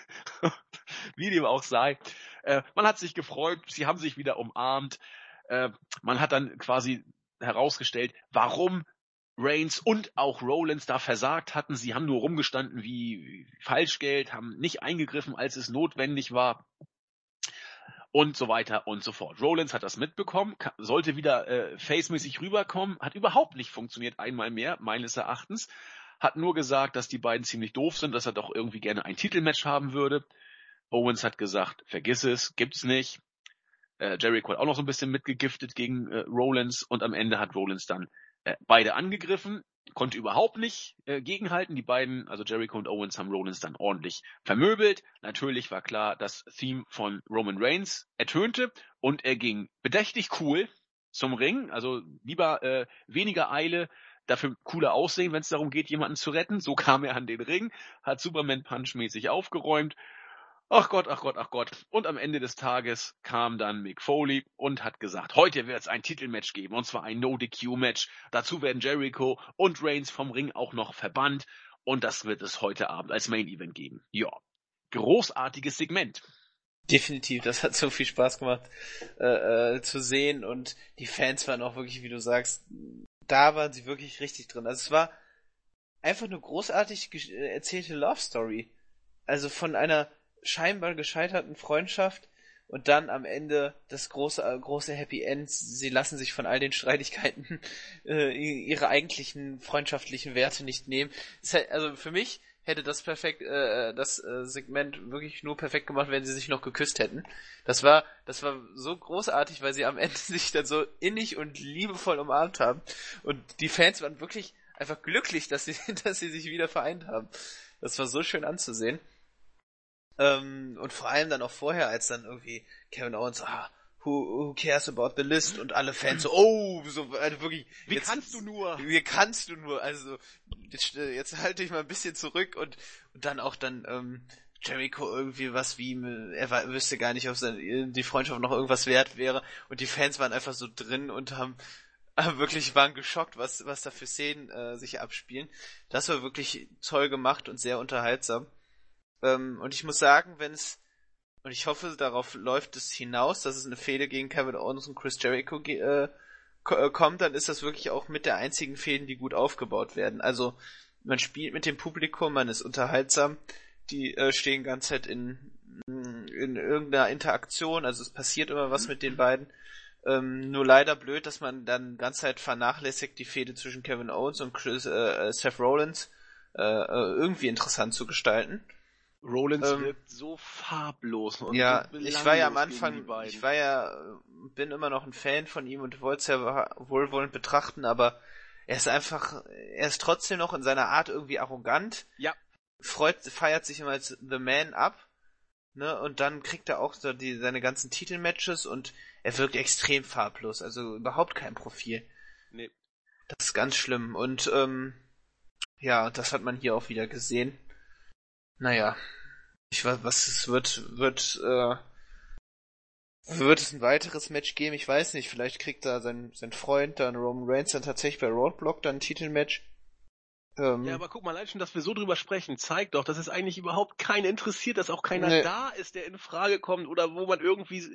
Wie dem auch sei. Äh, man hat sich gefreut, sie haben sich wieder umarmt. Äh, man hat dann quasi herausgestellt, warum Reigns und auch Rollins da versagt hatten. Sie haben nur rumgestanden wie Falschgeld, haben nicht eingegriffen, als es notwendig war. Und so weiter und so fort. Rollins hat das mitbekommen, sollte wieder äh, facemäßig rüberkommen, hat überhaupt nicht funktioniert, einmal mehr, meines Erachtens. Hat nur gesagt, dass die beiden ziemlich doof sind, dass er doch irgendwie gerne ein Titelmatch haben würde. Owens hat gesagt, vergiss es, gibt's nicht. Äh, Jericho hat auch noch so ein bisschen mitgegiftet gegen äh, Rollins und am Ende hat Rollins dann äh, beide angegriffen, konnte überhaupt nicht äh, gegenhalten. Die beiden, also Jericho und Owens, haben Rollins dann ordentlich vermöbelt. Natürlich war klar, das Theme von Roman Reigns ertönte und er ging bedächtig cool zum Ring. Also lieber äh, weniger Eile, dafür cooler aussehen, wenn es darum geht, jemanden zu retten. So kam er an den Ring, hat Superman Punch mäßig aufgeräumt. Ach Gott, ach Gott, ach Gott. Und am Ende des Tages kam dann Mick Foley und hat gesagt, heute wird es ein Titelmatch geben, und zwar ein No-D Q-Match. Dazu werden Jericho und Reigns vom Ring auch noch verbannt und das wird es heute Abend als Main-Event geben. Ja, großartiges Segment. Definitiv, das hat so viel Spaß gemacht äh, äh, zu sehen und die Fans waren auch wirklich, wie du sagst, da waren sie wirklich richtig drin. Also es war einfach eine großartig erzählte Love Story. Also von einer scheinbar gescheiterten Freundschaft und dann am Ende das große große Happy End. Sie lassen sich von all den Streitigkeiten äh, ihre eigentlichen freundschaftlichen Werte nicht nehmen. Also für mich hätte das perfekt äh, das äh, Segment wirklich nur perfekt gemacht, wenn sie sich noch geküsst hätten. Das war das war so großartig, weil sie am Ende sich dann so innig und liebevoll umarmt haben und die Fans waren wirklich einfach glücklich, dass sie dass sie sich wieder vereint haben. Das war so schön anzusehen. Ähm, und vor allem dann auch vorher, als dann irgendwie Kevin Owens, ah, who, who cares about the list? Und alle Fans so, oh, so, also wirklich. Wie jetzt, kannst du nur? Wie kannst du nur? Also, jetzt, jetzt halte ich mal ein bisschen zurück und, und dann auch dann, ähm, Jericho irgendwie was wie, er war, wüsste gar nicht, ob seine, die Freundschaft noch irgendwas wert wäre und die Fans waren einfach so drin und haben äh, wirklich waren geschockt, was was da für Szenen äh, sich abspielen. Das war wirklich toll gemacht und sehr unterhaltsam. Ähm, und ich muss sagen, wenn es und ich hoffe, darauf läuft es hinaus, dass es eine Fehde gegen Kevin Owens und Chris Jericho äh, kommt, dann ist das wirklich auch mit der einzigen Fäden, die gut aufgebaut werden. Also man spielt mit dem Publikum, man ist unterhaltsam, die äh, stehen ganz Zeit in, in irgendeiner Interaktion, also es passiert immer was mit den beiden. Ähm, nur leider blöd, dass man dann ganz Zeit vernachlässigt, die Fehde zwischen Kevin Owens und Chris, äh, Seth Rollins äh, irgendwie interessant zu gestalten. Rollins ähm, wirkt so farblos und ja, so ich war ja am Anfang, ich war ja, bin immer noch ein Fan von ihm und wollte es ja wohlwollend betrachten, aber er ist einfach, er ist trotzdem noch in seiner Art irgendwie arrogant. Ja. Freut, feiert sich immer als The Man ab, ne, und dann kriegt er auch so die, seine ganzen Titelmatches und er wirkt extrem farblos, also überhaupt kein Profil. Nee. Das ist ganz schlimm und, ähm, ja, das hat man hier auch wieder gesehen. Naja, ich weiß, was es wird, wird, äh, wird es ein weiteres Match geben? Ich weiß nicht, vielleicht kriegt da sein, sein Freund, dann Roman Reigns, dann tatsächlich bei Roadblock dann ein Titelmatch. Ähm, ja, aber guck mal, allein schon, dass wir so drüber sprechen, zeigt doch, dass es eigentlich überhaupt keinen interessiert, dass auch keiner nee. da ist, der in Frage kommt oder wo man irgendwie,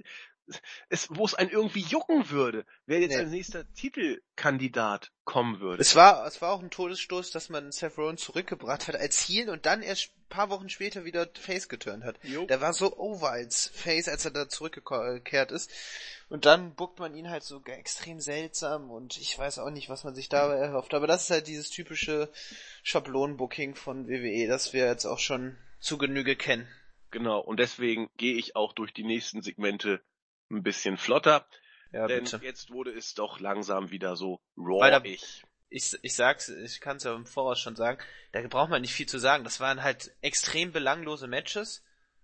es, wo es einen irgendwie jucken würde, wer jetzt nee. als nächster Titelkandidat kommen würde. Es war, es war auch ein Todesstoß, dass man Seth Rollins zurückgebracht hat als Heel und dann erst ein paar Wochen später wieder Face geturnt hat. Jo. Der war so over als Face, als er da zurückgekehrt ist. Und dann bookt man ihn halt so extrem seltsam und ich weiß auch nicht, was man sich dabei erhofft. Aber das ist halt dieses typische Schablonenbooking von W W E, das wir jetzt auch schon zu Genüge kennen. Genau, und deswegen gehe ich auch durch die nächsten Segmente ein bisschen flotter. Ja, denn bitte. Jetzt wurde es doch langsam wieder so raw-ig. Ich, ich sag's, ich kann's ja im Voraus schon sagen, da braucht man nicht viel zu sagen. Das waren halt extrem belanglose Matches,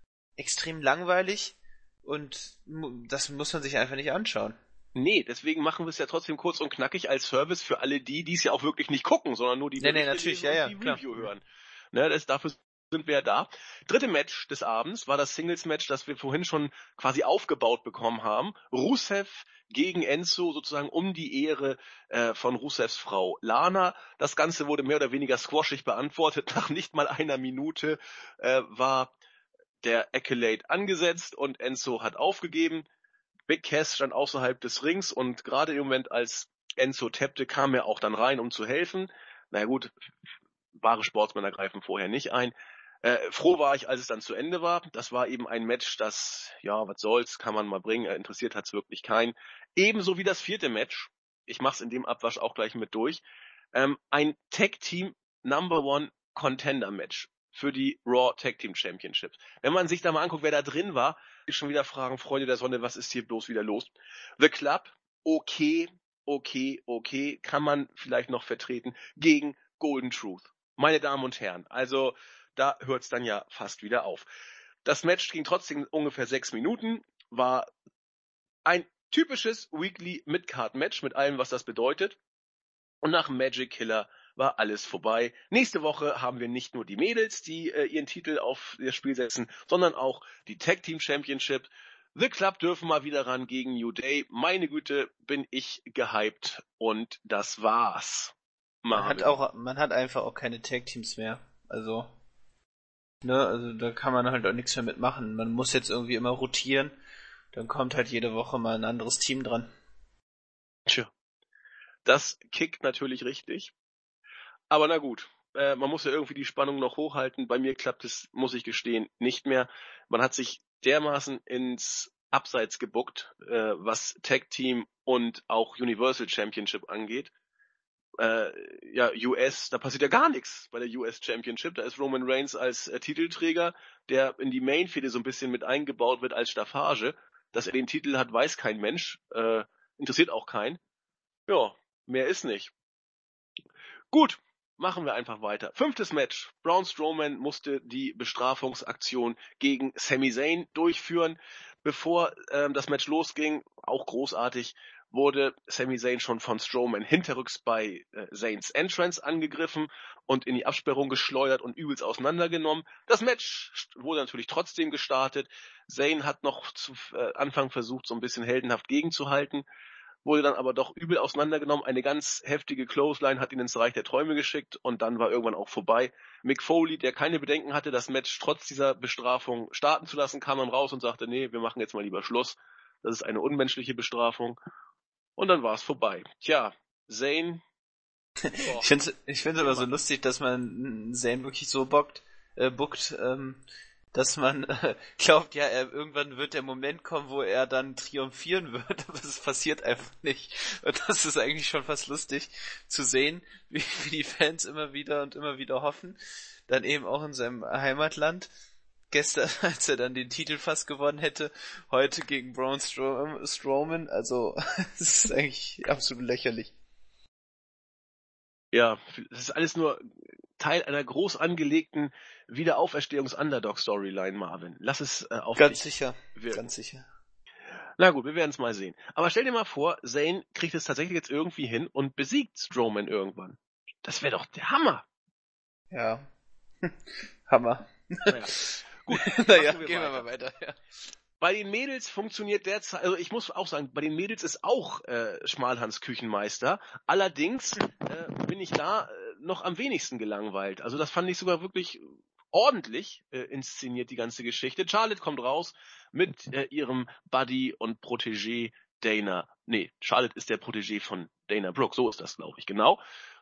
extrem langweilig und das muss man sich einfach nicht anschauen. Nee, deswegen machen wir es ja trotzdem kurz und knackig als Service für alle die, die es ja auch wirklich nicht gucken, sondern nur die nee, nee, natürlich, ja, ja, die klar. Review hören. Ne, das, dafür sind wir ja da. Dritte Match des Abends war das Singles-Match, das wir vorhin schon quasi aufgebaut bekommen haben. Rusev gegen Enzo, sozusagen um die Ehre äh, von Rusevs Frau Lana. Das Ganze wurde mehr oder weniger squashig beantwortet. Nach nicht mal einer Minute äh, war der Accolade angesetzt und Enzo hat aufgegeben. Big Cass stand außerhalb des Rings und gerade im Moment, als Enzo tappte, kam er auch dann rein, um zu helfen. Na naja, gut, wahre Sportsmänner greifen vorher nicht ein. Äh, froh war ich, als es dann zu Ende war. Das war eben ein Match, das, ja, was soll's, kann man mal bringen. Äh, interessiert hat's wirklich keinen. Ebenso wie das vierte Match. Ich mach's in dem Abwasch auch gleich mit durch. Ähm, ein Tag Team Number One Contender Match für die Raw Tag Team Championships. Wenn man sich da mal anguckt, wer da drin war, ist schon wieder fragen, Freunde der Sonne, was ist hier bloß wieder los? The Club, okay, okay, okay, kann man vielleicht noch vertreten gegen Golden Truth. Meine Damen und Herren, also da hört's dann ja fast wieder auf. Das Match ging trotzdem ungefähr sechs Minuten, war ein typisches Weekly Mid-Card-Match mit allem, was das bedeutet. Und nach Magic Killer war alles vorbei. Nächste Woche haben wir nicht nur die Mädels, die äh, ihren Titel auf das Spiel setzen, sondern auch die Tag Team Championship. The Club dürfen mal wieder ran gegen New Day. Meine Güte, bin ich gehypt und das war's. Man hat auch, man hat einfach auch keine Tag Teams mehr. Also, ne, also da kann man halt auch nichts mehr mitmachen. Man muss jetzt irgendwie immer rotieren. Dann kommt halt jede Woche mal ein anderes Team dran. Tja. Das kickt natürlich richtig. Aber na gut, äh, man muss ja irgendwie die Spannung noch hochhalten. Bei mir klappt es, muss ich gestehen, nicht mehr. Man hat sich dermaßen ins Abseits gebuckt, äh, was Tag Team und auch Universal Championship angeht. Äh, ja, U S, da passiert ja gar nichts bei der U S Championship. Da ist Roman Reigns als äh, Titelträger, der in die Main-Fehde so ein bisschen mit eingebaut wird als Staffage. Dass er den Titel hat, weiß kein Mensch. Äh, interessiert auch keinen. Ja, mehr ist nicht. Gut, machen wir einfach weiter. Fünftes Match. Braun Strowman musste die Bestrafungsaktion gegen Sami Zayn durchführen. Bevor ähm, das Match losging, auch großartig, wurde Sami Zayn schon von Strowman hinterrücks bei äh, Zayns Entrance angegriffen und in die Absperrung geschleudert und übelst auseinandergenommen. Das Match wurde natürlich trotzdem gestartet. Zayn hat noch zu äh, Anfang versucht, so ein bisschen heldenhaft gegenzuhalten, wurde dann aber doch übel auseinandergenommen. Eine ganz heftige Clothesline hat ihn ins Reich der Träume geschickt und dann war irgendwann auch vorbei. Mick Foley, der keine Bedenken hatte, das Match trotz dieser Bestrafung starten zu lassen, kam dann raus und sagte, nee, wir machen jetzt mal lieber Schluss. Das ist eine unmenschliche Bestrafung. Und dann war es vorbei. Tja, Zayn. Oh, ich finde ich finde aber so lustig, dass man Zayn wirklich so bockt, äh, bookt, ähm, dass man äh, glaubt, ja, er, irgendwann wird der Moment kommen, wo er dann triumphieren wird, aber es passiert einfach nicht. Und das ist eigentlich schon fast lustig zu sehen, wie, wie die Fans immer wieder und immer wieder hoffen. Dann eben auch in seinem Heimatland. Gestern, als er dann den Titel fast gewonnen hätte, heute gegen Braun Stro- Strowman, also es ist eigentlich absolut lächerlich. Ja, das ist alles nur Teil einer groß angelegten Wiederauferstehungs-Underdog-Storyline, Marvin. Lass es äh, auf Ganz dich sicher, wirken. ganz sicher. Na gut, wir werden es mal sehen. Aber stell dir mal vor, Zayn kriegt es tatsächlich jetzt irgendwie hin und besiegt Strowman irgendwann. Das wäre doch der Hammer. Ja, Hammer. Naja. Gut, naja, wir gehen weiter. wir mal weiter. Ja. Bei den Mädels funktioniert derzeit, also ich muss auch sagen, bei den Mädels ist auch äh, Schmalhans Küchenmeister. Allerdings äh, bin ich da äh, noch am wenigsten gelangweilt. Also das fand ich sogar wirklich ordentlich äh, inszeniert, die ganze Geschichte. Charlotte kommt raus mit äh, ihrem Buddy und Protégé Dana. Nee, Charlotte ist der Protégé von Dana Brooke, so ist das, glaube ich, genau.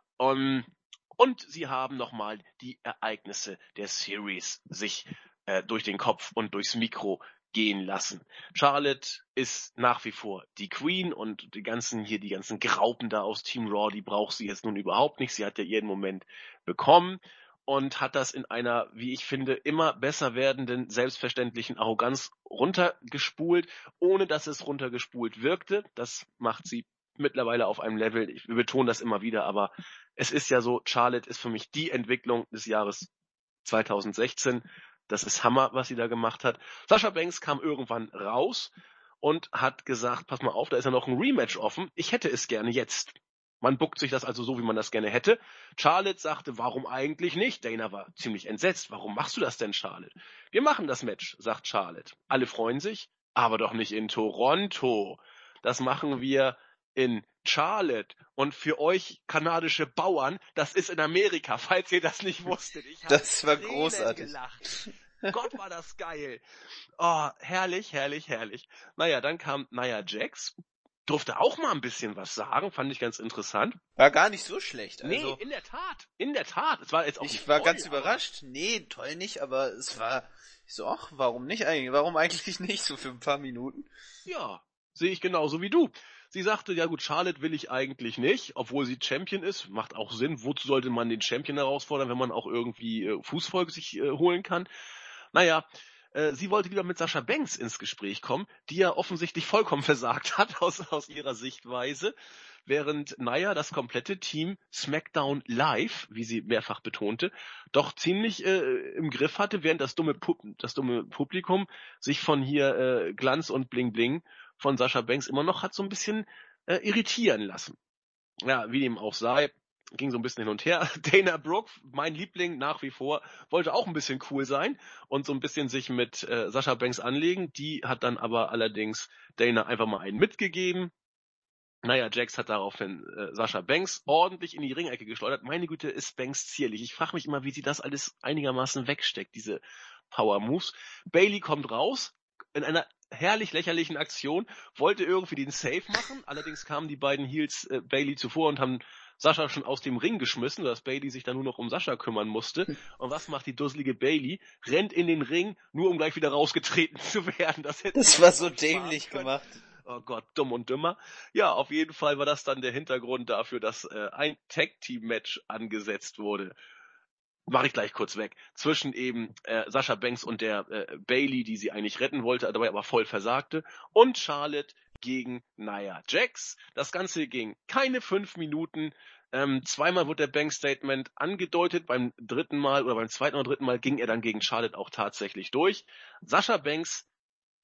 Um, und sie haben nochmal die Ereignisse der Series sich äh, durch den Kopf und durchs Mikro gehen lassen. Charlotte ist nach wie vor die Queen und die ganzen hier, die ganzen Graupen da aus Team Raw, die braucht sie jetzt nun überhaupt nicht. Sie hat ja ihren Moment bekommen und hat das in einer, wie ich finde, immer besser werdenden, selbstverständlichen Arroganz runtergespult, ohne dass es runtergespult wirkte. Das macht sie mittlerweile auf einem Level, ich betone das immer wieder, aber es ist ja so, Charlotte ist für mich die Entwicklung des Jahres zwanzig sechzehn. Das ist Hammer, was sie da gemacht hat. Sasha Banks kam irgendwann raus und hat gesagt, pass mal auf, da ist ja noch ein Rematch offen. Ich hätte es gerne jetzt. Man buckt sich das also so, wie man das gerne hätte. Charlotte sagte, warum eigentlich nicht? Dana war ziemlich entsetzt. Warum machst du das denn, Charlotte? Wir machen das Match, sagt Charlotte. Alle freuen sich, aber doch nicht in Toronto. Das machen wir in Charlotte. Und für euch kanadische Bauern, das ist in Amerika, falls ihr das nicht wusstet. Ich das war Tränen großartig. Gelacht. Gott, war das geil. Oh, herrlich, herrlich, herrlich. Naja, dann kam Nia Jax. Durfte auch mal ein bisschen was sagen, fand ich ganz interessant. War gar nicht so schlecht. Also, nee, in der Tat, in der Tat. Es war jetzt auch ich nicht war toll, ganz überrascht. Nee, toll nicht, aber es war, ich so, ach, warum nicht eigentlich? Warum eigentlich nicht so für ein paar Minuten? Ja, sehe ich genauso wie du. Sie sagte, ja gut, Charlotte will ich eigentlich nicht, obwohl sie Champion ist. Macht auch Sinn. Wozu sollte man den Champion herausfordern, wenn man auch irgendwie äh, Fußvolk sich äh, holen kann? Naja, äh, sie wollte lieber mit Sasha Banks ins Gespräch kommen, die ja offensichtlich vollkommen versagt hat aus, aus ihrer Sichtweise, während Nia das komplette Team SmackDown Live, wie sie mehrfach betonte, doch ziemlich äh, im Griff hatte, während das dumme, Pu- das dumme Publikum sich von hier äh, Glanz und Bling Bling von Sasha Banks immer noch hat so ein bisschen äh, irritieren lassen. Ja, wie dem auch sei, ging so ein bisschen hin und her. Dana Brooke, mein Liebling nach wie vor, wollte auch ein bisschen cool sein und so ein bisschen sich mit äh, Sasha Banks anlegen. Die hat dann aber allerdings Dana einfach mal einen mitgegeben. Naja, Jax hat daraufhin äh, Sasha Banks ordentlich in die Ringecke geschleudert. Meine Güte, ist Banks zierlich. Ich frage mich immer, wie sie das alles einigermaßen wegsteckt, diese Power Moves. Bayley kommt raus in einer herrlich lächerlichen Aktion, wollte irgendwie den Save machen. Allerdings kamen die beiden Heels äh, Bayley zuvor und haben Sascha schon aus dem Ring geschmissen, dass Bayley sich dann nur noch um Sascha kümmern musste. Und was macht die dusselige Bayley? Rennt in den Ring, nur um gleich wieder rausgetreten zu werden. Das, hätte Das war so dämlich gemacht. Oh Gott, dumm und dümmer. Ja, auf jeden Fall war das dann der Hintergrund dafür, dass äh, ein Tag-Team-Match angesetzt wurde. Mache ich gleich kurz weg. Zwischen eben äh, Sasha Banks und der äh, Bayley, die sie eigentlich retten wollte, dabei aber voll versagte. Und Charlotte gegen Nia Jax. Das Ganze ging keine fünf Minuten. Ähm, zweimal wurde der Bank-Statement angedeutet. Beim dritten Mal oder beim zweiten oder dritten Mal ging er dann gegen Charlotte auch tatsächlich durch. Sasha Banks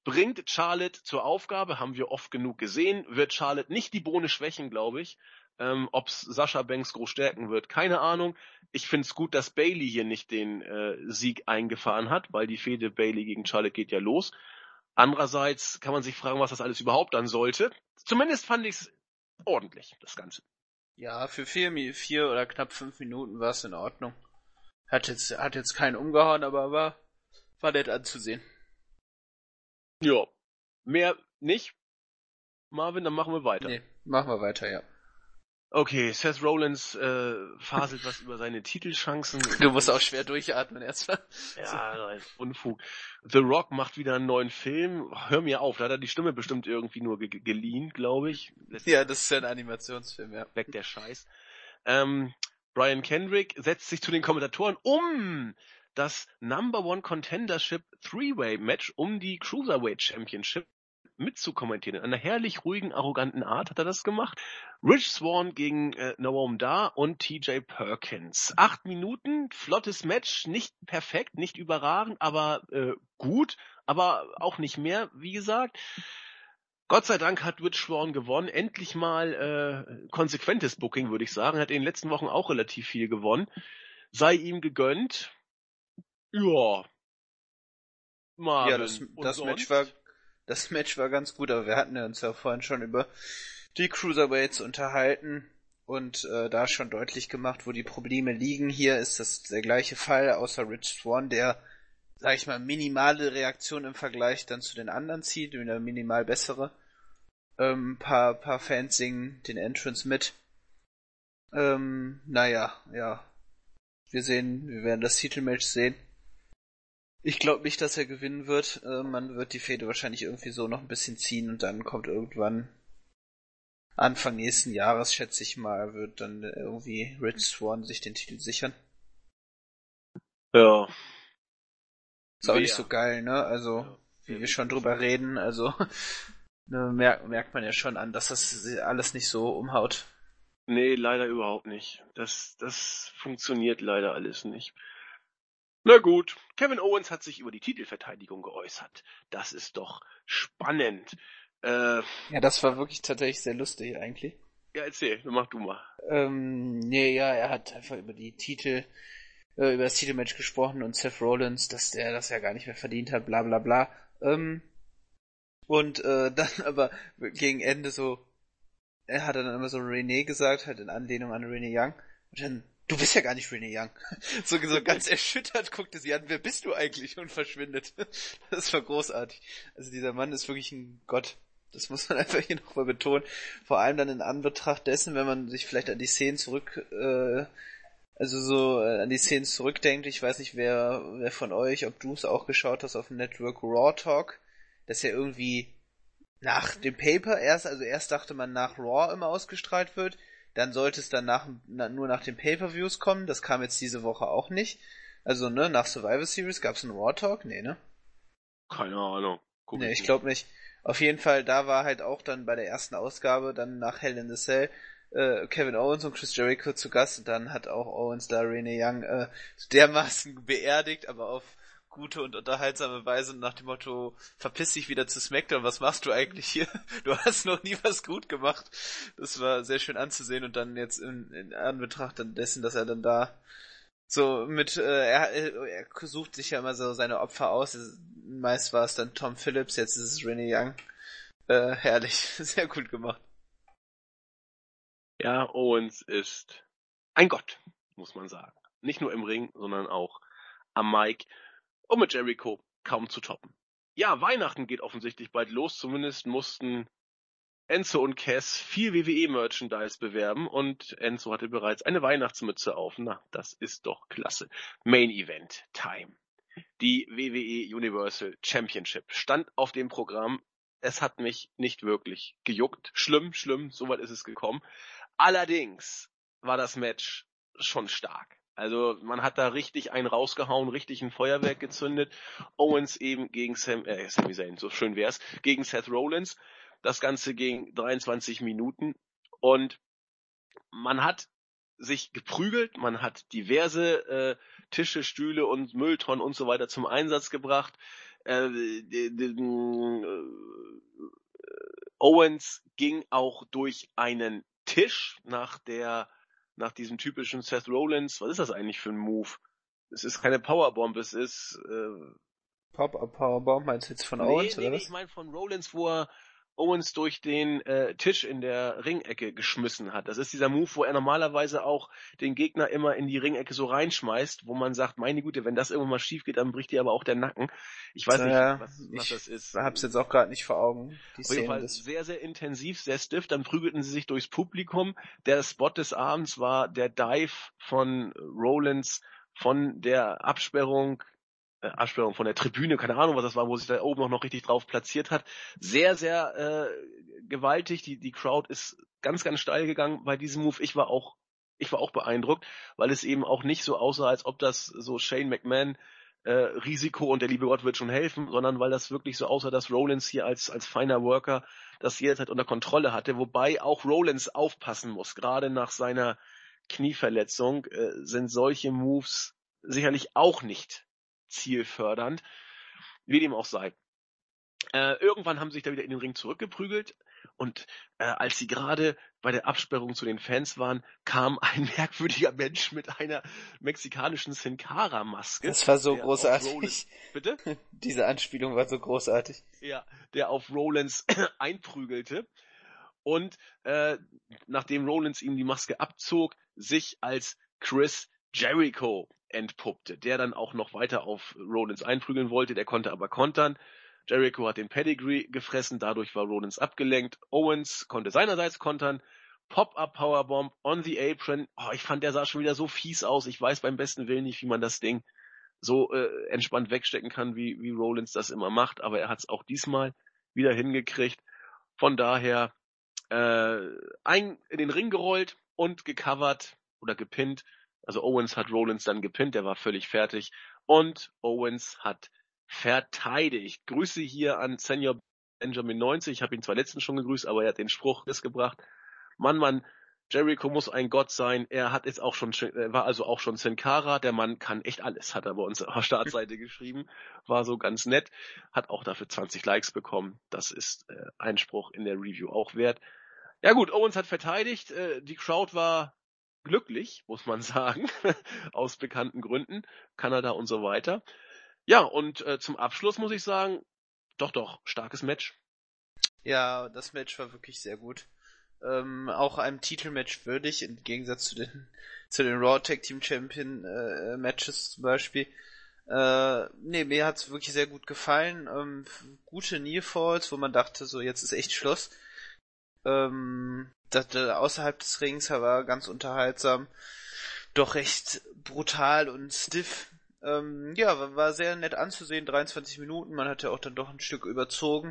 bringt Charlotte zur Aufgabe, haben wir oft genug gesehen, wird Charlotte nicht die Bohne schwächen, glaube ich. Ähm, ob's Sasha Banks groß stärken wird, keine Ahnung. Ich find's gut, dass Bayley hier nicht den äh, Sieg eingefahren hat, weil die Fehde Bayley gegen Charlotte geht ja los. Andererseits kann man sich fragen, was das alles überhaupt dann sollte. Zumindest fand ich's ordentlich, das Ganze. Ja, für vier, vier oder knapp fünf Minuten war es in Ordnung. Hat jetzt, hat jetzt keinen umgehauen, aber war, war nett anzusehen. Ja, mehr nicht. Marvin, dann machen wir weiter. Nee, machen wir weiter, ja. Okay, Seth Rollins äh, faselt was über seine Titelchancen. Du musst auch schwer durchatmen erstmal. Ja, ein Unfug. The Rock macht wieder einen neuen Film. Hör mir auf, da hat er die Stimme bestimmt irgendwie nur ge- geliehen, glaube ich. Letztes ja, das ist ja ein Animationsfilm, ja. Weg der Scheiß. Ähm, Brian Kendrick setzt sich zu den Kommentatoren um das Number One Contendership Three-Way Match um die Cruiserweight Championship mitzukommentieren. In einer herrlich ruhigen, arroganten Art hat er das gemacht. Rich Swann gegen äh, Noam Dar und T J Perkins. Acht Minuten, flottes Match, nicht perfekt, nicht überragend, aber äh, gut, aber auch nicht mehr, wie gesagt. Gott sei Dank hat Rich Swann gewonnen. Endlich mal äh, konsequentes Booking, würde ich sagen. Hat in den letzten Wochen auch relativ viel gewonnen. Sei ihm gegönnt. Ja. Marvin. Ja, das, das Match war das Match war ganz gut, aber wir hatten ja uns ja vorhin schon über die Cruiserweights unterhalten und äh, da schon deutlich gemacht, wo die Probleme liegen. Hier ist das der gleiche Fall, außer Rich Swann, der, sag ich mal, minimale Reaktion im Vergleich dann zu den anderen zieht, eine minimal bessere. Ähm, paar, paar Fans singen den Entrance mit. Ähm, naja, ja. Wir sehen, wir werden das Titelmatch sehen. Ich glaube nicht, dass er gewinnen wird. Äh, man wird die Fehde wahrscheinlich irgendwie so noch ein bisschen ziehen und dann kommt irgendwann Anfang nächsten Jahres, schätze ich mal, wird dann irgendwie Rich Swann sich den Titel sichern. Ja. Ist auch Wer? Nicht so geil, ne? Also, ja, wie wir schon drüber reden, also ne, merkt, merkt man ja schon an, dass das alles nicht so umhaut. Nee, leider überhaupt nicht. Das, das funktioniert leider alles nicht. Na gut, Kevin Owens hat sich über die Titelverteidigung geäußert. Das ist doch spannend. Äh, ja, das war wirklich tatsächlich sehr lustig eigentlich. Ja, erzähl, mach du mal. Ähm, nee, ja, er hat einfach über die Titel, äh, über das Titelmatch gesprochen und Seth Rollins, dass der das ja gar nicht mehr verdient hat, bla bla bla. Ähm, und äh, dann aber gegen Ende so, er hat dann immer so Renee gesagt, halt in Anlehnung an Renee Young. Und dann, du bist ja gar nicht Renee Young. so, so ganz erschüttert guckte sie an, wer bist du eigentlich? Und verschwindet. Das war großartig. Also dieser Mann ist wirklich ein Gott. Das muss man einfach hier nochmal betonen. Vor allem dann in Anbetracht dessen, wenn man sich vielleicht an die Szenen zurück, äh, also so äh, an die Szenen zurückdenkt. Ich weiß nicht, wer, wer von euch, ob du es auch geschaut hast auf dem Network Raw Talk, dass ja irgendwie nach dem Paper erst, also erst dachte man nach Raw immer ausgestrahlt wird, dann sollte es dann nach, na, nur nach den Pay-Per-Views kommen, das kam jetzt diese Woche auch nicht. Also, ne, nach Survivor Series gab's einen Raw Talk? Nee, ne? Keine Ahnung. Guck nee, ich glaube nicht. Auf jeden Fall, da war halt auch dann bei der ersten Ausgabe, dann nach Hell in the Cell, äh, Kevin Owens und Chris Jericho zu Gast und dann hat auch Owens da Renee Young äh, dermaßen beerdigt, aber auf gute und unterhaltsame Weise nach dem Motto, verpiss dich wieder zu SmackDown, was machst du eigentlich hier? Du hast noch nie was gut gemacht. Das war sehr schön anzusehen und dann jetzt in, in Anbetracht dessen, dass er dann da so mit, äh, er, er sucht sich ja immer so seine Opfer aus. Meist war es dann Tom Phillips, jetzt ist es Renee Young. Äh, herrlich, sehr gut gemacht. Ja, Owens ist ein Gott, muss man sagen. Nicht nur im Ring, sondern auch am Mic. Und mit Jericho kaum zu toppen. Ja, Weihnachten geht offensichtlich bald los. Zumindest mussten Enzo und Cass viel W W E-Merchandise bewerben und Enzo hatte bereits eine Weihnachtsmütze auf. Na, das ist doch klasse. Main Event Time. Die W W E Universal Championship stand auf dem Programm. Es hat mich nicht wirklich gejuckt. Schlimm, schlimm, soweit ist es gekommen. Allerdings war das Match schon stark. Also man hat da richtig einen rausgehauen, richtig ein Feuerwerk gezündet. Owens eben gegen Sam, äh, Sami Zayn, so schön wär's, gegen Seth Rollins. Das Ganze ging dreiundzwanzig Minuten und man hat sich geprügelt, man hat diverse äh, Tische, Stühle und Mülltonnen und so weiter zum Einsatz gebracht. äh, d- d- d- Owens ging auch durch einen Tisch nach der, nach diesem typischen Seth Rollins. Was ist das eigentlich für ein Move? Es ist keine Powerbomb, es ist, äh, Pop-Up Powerbomb, meinst du jetzt von nee, Owens, nee, oder nee, was? ich meine von Rollins, wo er Owens durch den äh, Tisch in der Ringecke geschmissen hat. Das ist dieser Move, wo er normalerweise auch den Gegner immer in die Ringecke so reinschmeißt, wo man sagt, meine Güte, wenn das irgendwann mal schief geht, dann bricht dir aber auch der Nacken. Ich weiß nicht, Naja, was, was ich das ist. hab's jetzt auch gerade nicht vor Augen, die Auf jeden Szene Fall des... sehr, sehr intensiv, sehr stiff. Dann prügelten sie sich durchs Publikum. Der Spot des Abends war der Dive von Rollins von der Absperrung, äh, Absperrung von der Tribüne, keine Ahnung, was das war, wo sich da oben noch, noch richtig drauf platziert hat. Sehr, sehr äh, gewaltig. Die, die Crowd ist ganz, ganz steil gegangen bei diesem Move. Ich war auch, ich war auch beeindruckt, weil es eben auch nicht so aussah, als ob das so Shane McMahon äh, Risiko und der liebe Gott wird schon helfen, sondern weil das wirklich so aussah, dass Rollins hier als, als feiner Worker das jederzeit unter Kontrolle hatte, wobei auch Rollins aufpassen muss. Gerade nach seiner Knieverletzung äh, sind solche Moves sicherlich auch nicht zielfördernd, wie dem auch sei. Äh, irgendwann haben sie sich da wieder in den Ring zurückgeprügelt und äh, als sie gerade bei der Absperrung zu den Fans waren, kam ein merkwürdiger Mensch mit einer mexikanischen Sin Cara Maske. Das war so der auf großartig. Rollins, bitte? Diese Anspielung war so großartig. Ja, der auf Rollins einprügelte und äh, nachdem Rollins ihm die Maske abzog, sich als Chris Jericho entpuppte, der dann auch noch weiter auf Rollins einprügeln wollte, der konnte aber kontern. Jericho hat den Pedigree gefressen, dadurch war Rollins abgelenkt. Owens konnte seinerseits kontern. Pop-Up Powerbomb on the apron. Oh, ich fand, der sah schon wieder so fies aus. Ich weiß beim besten Willen nicht, wie man das Ding so äh, entspannt wegstecken kann, wie, wie Rollins das immer macht, aber er hat es auch diesmal wieder hingekriegt. Von daher äh, ein, in den Ring gerollt und gecovert oder gepinnt. Also Owens hat Rollins dann gepinnt, der war völlig fertig. Und Owens hat verteidigt. Grüße hier an Senior Benjamin neunzig. Ich habe ihn zwar letztens schon gegrüßt, aber er hat den Spruch gebracht. Mann, Mann, Jericho muss ein Gott sein. Er hat jetzt auch schon, er war also auch schon Sin Cara. Der Mann kann echt alles, hat er bei uns auf der Startseite geschrieben. War so ganz nett. Hat auch dafür zwanzig Likes bekommen. Das ist äh, Einspruch in der Review auch wert. Ja gut, Owens hat verteidigt. Äh, die Crowd war glücklich, muss man sagen. Aus bekannten Gründen. Kanada und so weiter. Ja, und äh, zum Abschluss muss ich sagen, doch, doch, starkes Match. Ja, das Match war wirklich sehr gut. Ähm, auch einem Titelmatch würdig, im Gegensatz zu den zu den Raw Tag Team Champion äh, Matches zum Beispiel. Äh, nee, mir hat's wirklich sehr gut gefallen. Ähm, gute Nearfalls, wo man dachte, so jetzt ist echt Schluss. Ähm, das, äh, außerhalb des Rings war ganz unterhaltsam. Doch recht brutal und stiff. Ähm, ja, war, war sehr nett anzusehen, dreiundzwanzig Minuten, man hat ja auch dann doch ein Stück überzogen.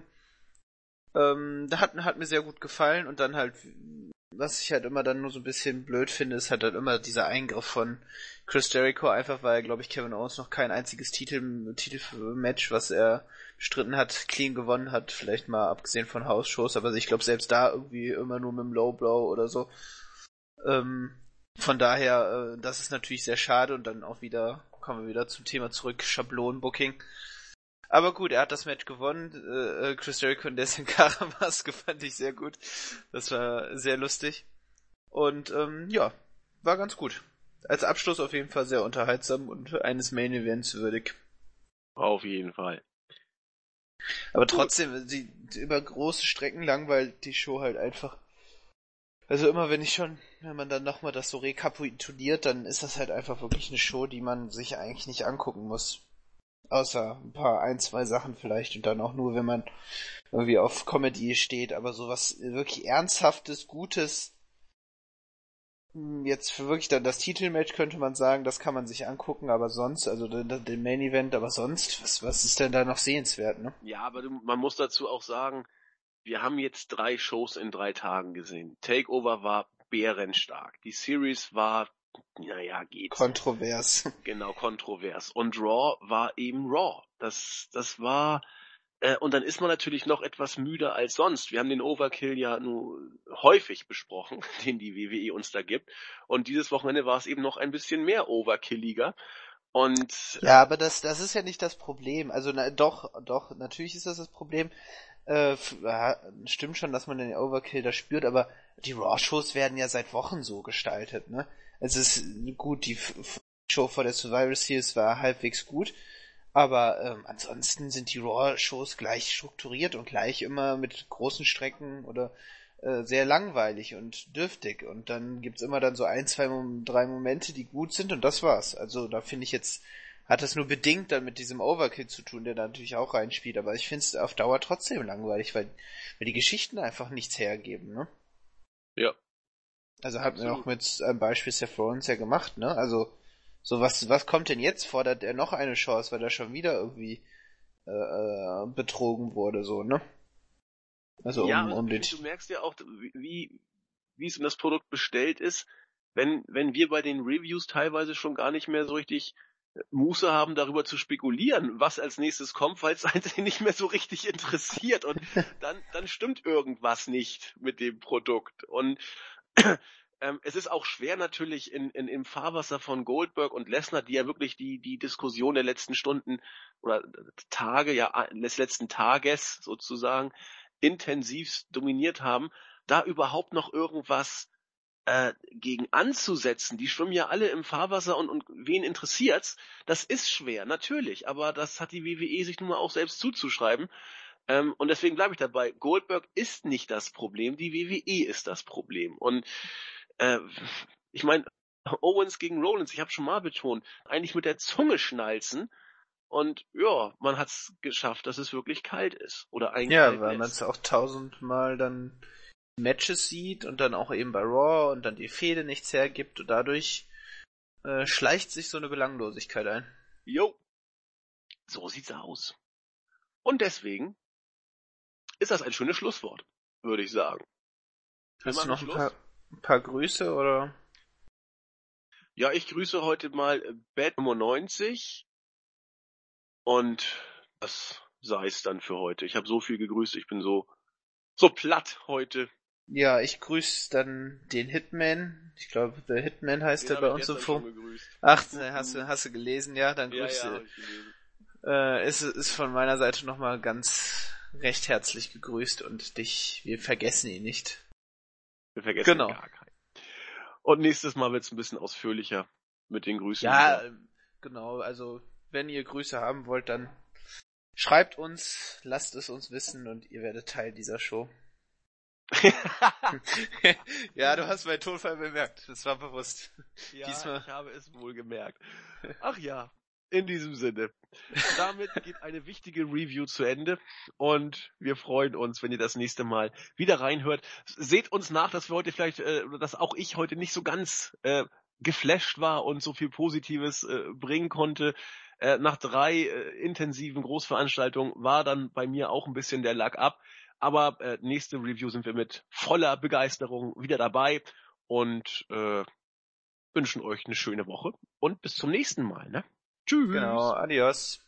Ähm, da hat, hat mir sehr gut gefallen und dann halt, was ich halt immer dann nur so ein bisschen blöd finde, ist halt dann immer dieser Eingriff von Chris Jericho, einfach weil, glaube ich, Kevin Owens noch kein einziges Titel, Titelmatch, was er bestritten hat, clean gewonnen hat, vielleicht mal abgesehen von House-Shows, aber ich glaube selbst da irgendwie immer nur mit dem Low Blow oder so. Ähm, von daher, äh, das ist natürlich sehr schade und dann auch wieder, kommen wir wieder zum Thema zurück, Schablonenbooking. Aber gut, er hat das Match gewonnen. Äh, Chris Jericho in der Sin Cara Maske fand ich sehr gut. Das war sehr lustig. Und ähm, ja, war ganz gut. Als Abschluss auf jeden Fall sehr unterhaltsam und eines Main Events würdig. Auf jeden Fall. Aber trotzdem, die, die über große Strecken langweilt die Show halt einfach. Also immer wenn ich schon, wenn man dann nochmal das so rekapituliert, dann ist das halt einfach wirklich eine Show, die man sich eigentlich nicht angucken muss. Außer ein paar, ein, zwei Sachen vielleicht und dann auch nur, wenn man irgendwie auf Comedy steht, aber sowas wirklich Ernsthaftes, Gutes, jetzt für wirklich dann das Titelmatch könnte man sagen, das kann man sich angucken, aber sonst, also den, den Main Event, aber sonst, was, was ist denn da noch sehenswert, ne? Ja, aber du, man muss dazu auch sagen, wir haben jetzt drei Shows in drei Tagen gesehen. Takeover war bärenstark. Die Series war, naja, geht's. Kontrovers. Genau, kontrovers. Und Raw war eben Raw. Das, das war, äh, und dann ist man natürlich noch etwas müder als sonst. Wir haben den Overkill ja nur häufig besprochen, den die W W E uns da gibt. Und dieses Wochenende war es eben noch ein bisschen mehr overkilliger. Und ja, aber das, das ist ja nicht das Problem. Also na, doch, doch, natürlich ist das das Problem. Äh, f- ja, stimmt schon, dass man den Overkill da spürt, aber die Raw-Shows werden ja seit Wochen so gestaltet, ne? Also es ist gut, die F- F- Show vor der Survivor Series war halbwegs gut, aber ähm, ansonsten sind die Raw-Shows gleich strukturiert und gleich immer mit großen Strecken oder äh, sehr langweilig und dürftig. Und dann gibt's immer dann so ein, zwei, Mom- drei Momente, die gut sind und das war's. Also da finde ich jetzt, hat das nur bedingt dann mit diesem Overkill zu tun, der da natürlich auch reinspielt. Aber ich finde es auf Dauer trotzdem langweilig, weil, weil die Geschichten einfach nichts hergeben, ne? ja, Also hat mir auch absolut. mit einem Beispiel Seth Rollins ja gemacht, ne? Also so was, was kommt denn jetzt? Fordert er noch eine Chance, weil er schon wieder irgendwie äh, äh, betrogen wurde, so, ne? Also Ja, um, und um ich den finde, du merkst ja auch, wie, wie es um das Produkt bestellt ist, wenn, wenn wir bei den Reviews teilweise schon gar nicht mehr so richtig äh, Muße haben, darüber zu spekulieren, was als nächstes kommt, weil es eigentlich nicht mehr so richtig interessiert und dann, dann stimmt irgendwas nicht mit dem Produkt. Und ähm, es ist auch schwer natürlich in, in, im Fahrwasser von Goldberg und Lesnar, die ja wirklich die, die Diskussion der letzten Stunden oder Tage, ja, des letzten Tages sozusagen intensivst dominiert haben, da überhaupt noch irgendwas äh, gegen anzusetzen. Die schwimmen ja alle im Fahrwasser und, und wen interessiert's? Das ist schwer, natürlich, aber das hat die W W E sich nun mal auch selbst zuzuschreiben. Ähm, und deswegen bleibe ich dabei. Goldberg ist nicht das Problem, die W W E ist das Problem. Und äh, ich meine, Owens gegen Rollins, ich habe schon mal betont, eigentlich mit der Zunge schnalzen. Und ja, man hat's geschafft, dass es wirklich kalt ist oder ja, einkalt weil man es lässt. auch tausendmal dann Matches sieht und dann auch eben bei Raw und dann die Fehde nichts hergibt und dadurch äh, schleicht sich so eine Belanglosigkeit ein. Jo, so sieht's aus. Und deswegen ist das ein schönes Schlusswort, würde ich sagen. Wir Hast du machen noch ein paar, Schluss. ein paar Grüße oder? Ja, ich grüße heute mal Bad fünfundneunzig und das sei es dann für heute. Ich habe so viel gegrüßt, ich bin so so platt heute. Ja, ich grüße dann den Hitman. Ich glaube, der Hitman heißt Den er habe bei ich uns im gestern schon Funk. gegrüßt. Ach, Mm, hast du, mm. hast du gelesen, ja? Dann Ja, ja, Grüße. habe ich gelesen. Äh, ist, ist von meiner Seite nochmal ganz recht herzlich gegrüßt und dich, wir vergessen ihn nicht. Wir vergessen Genau. gar keinen. Und nächstes Mal wird's ein bisschen ausführlicher mit den Grüßen Ja, wieder. genau, also wenn ihr Grüße haben wollt, dann schreibt uns, lasst es uns wissen und ihr werdet Teil dieser Show. Ja, du hast meinen Tonfall bemerkt, das war bewusst. Ja, Diesmal. ich habe es wohl gemerkt. Ach ja, in diesem Sinne. Damit geht eine wichtige Review zu Ende und wir freuen uns, wenn ihr das nächste Mal wieder reinhört. Seht uns nach, dass wir heute vielleicht, äh, oder dass auch ich heute nicht so ganz äh, geflasht war und so viel Positives äh, bringen konnte. Äh, nach drei äh, intensiven Großveranstaltungen war dann bei mir auch ein bisschen der Lack ab. Aber äh, nächste Review sind wir mit voller Begeisterung wieder dabei und äh, wünschen euch eine schöne Woche und bis zum nächsten Mal. Ne? Genau, Tschüss! adios.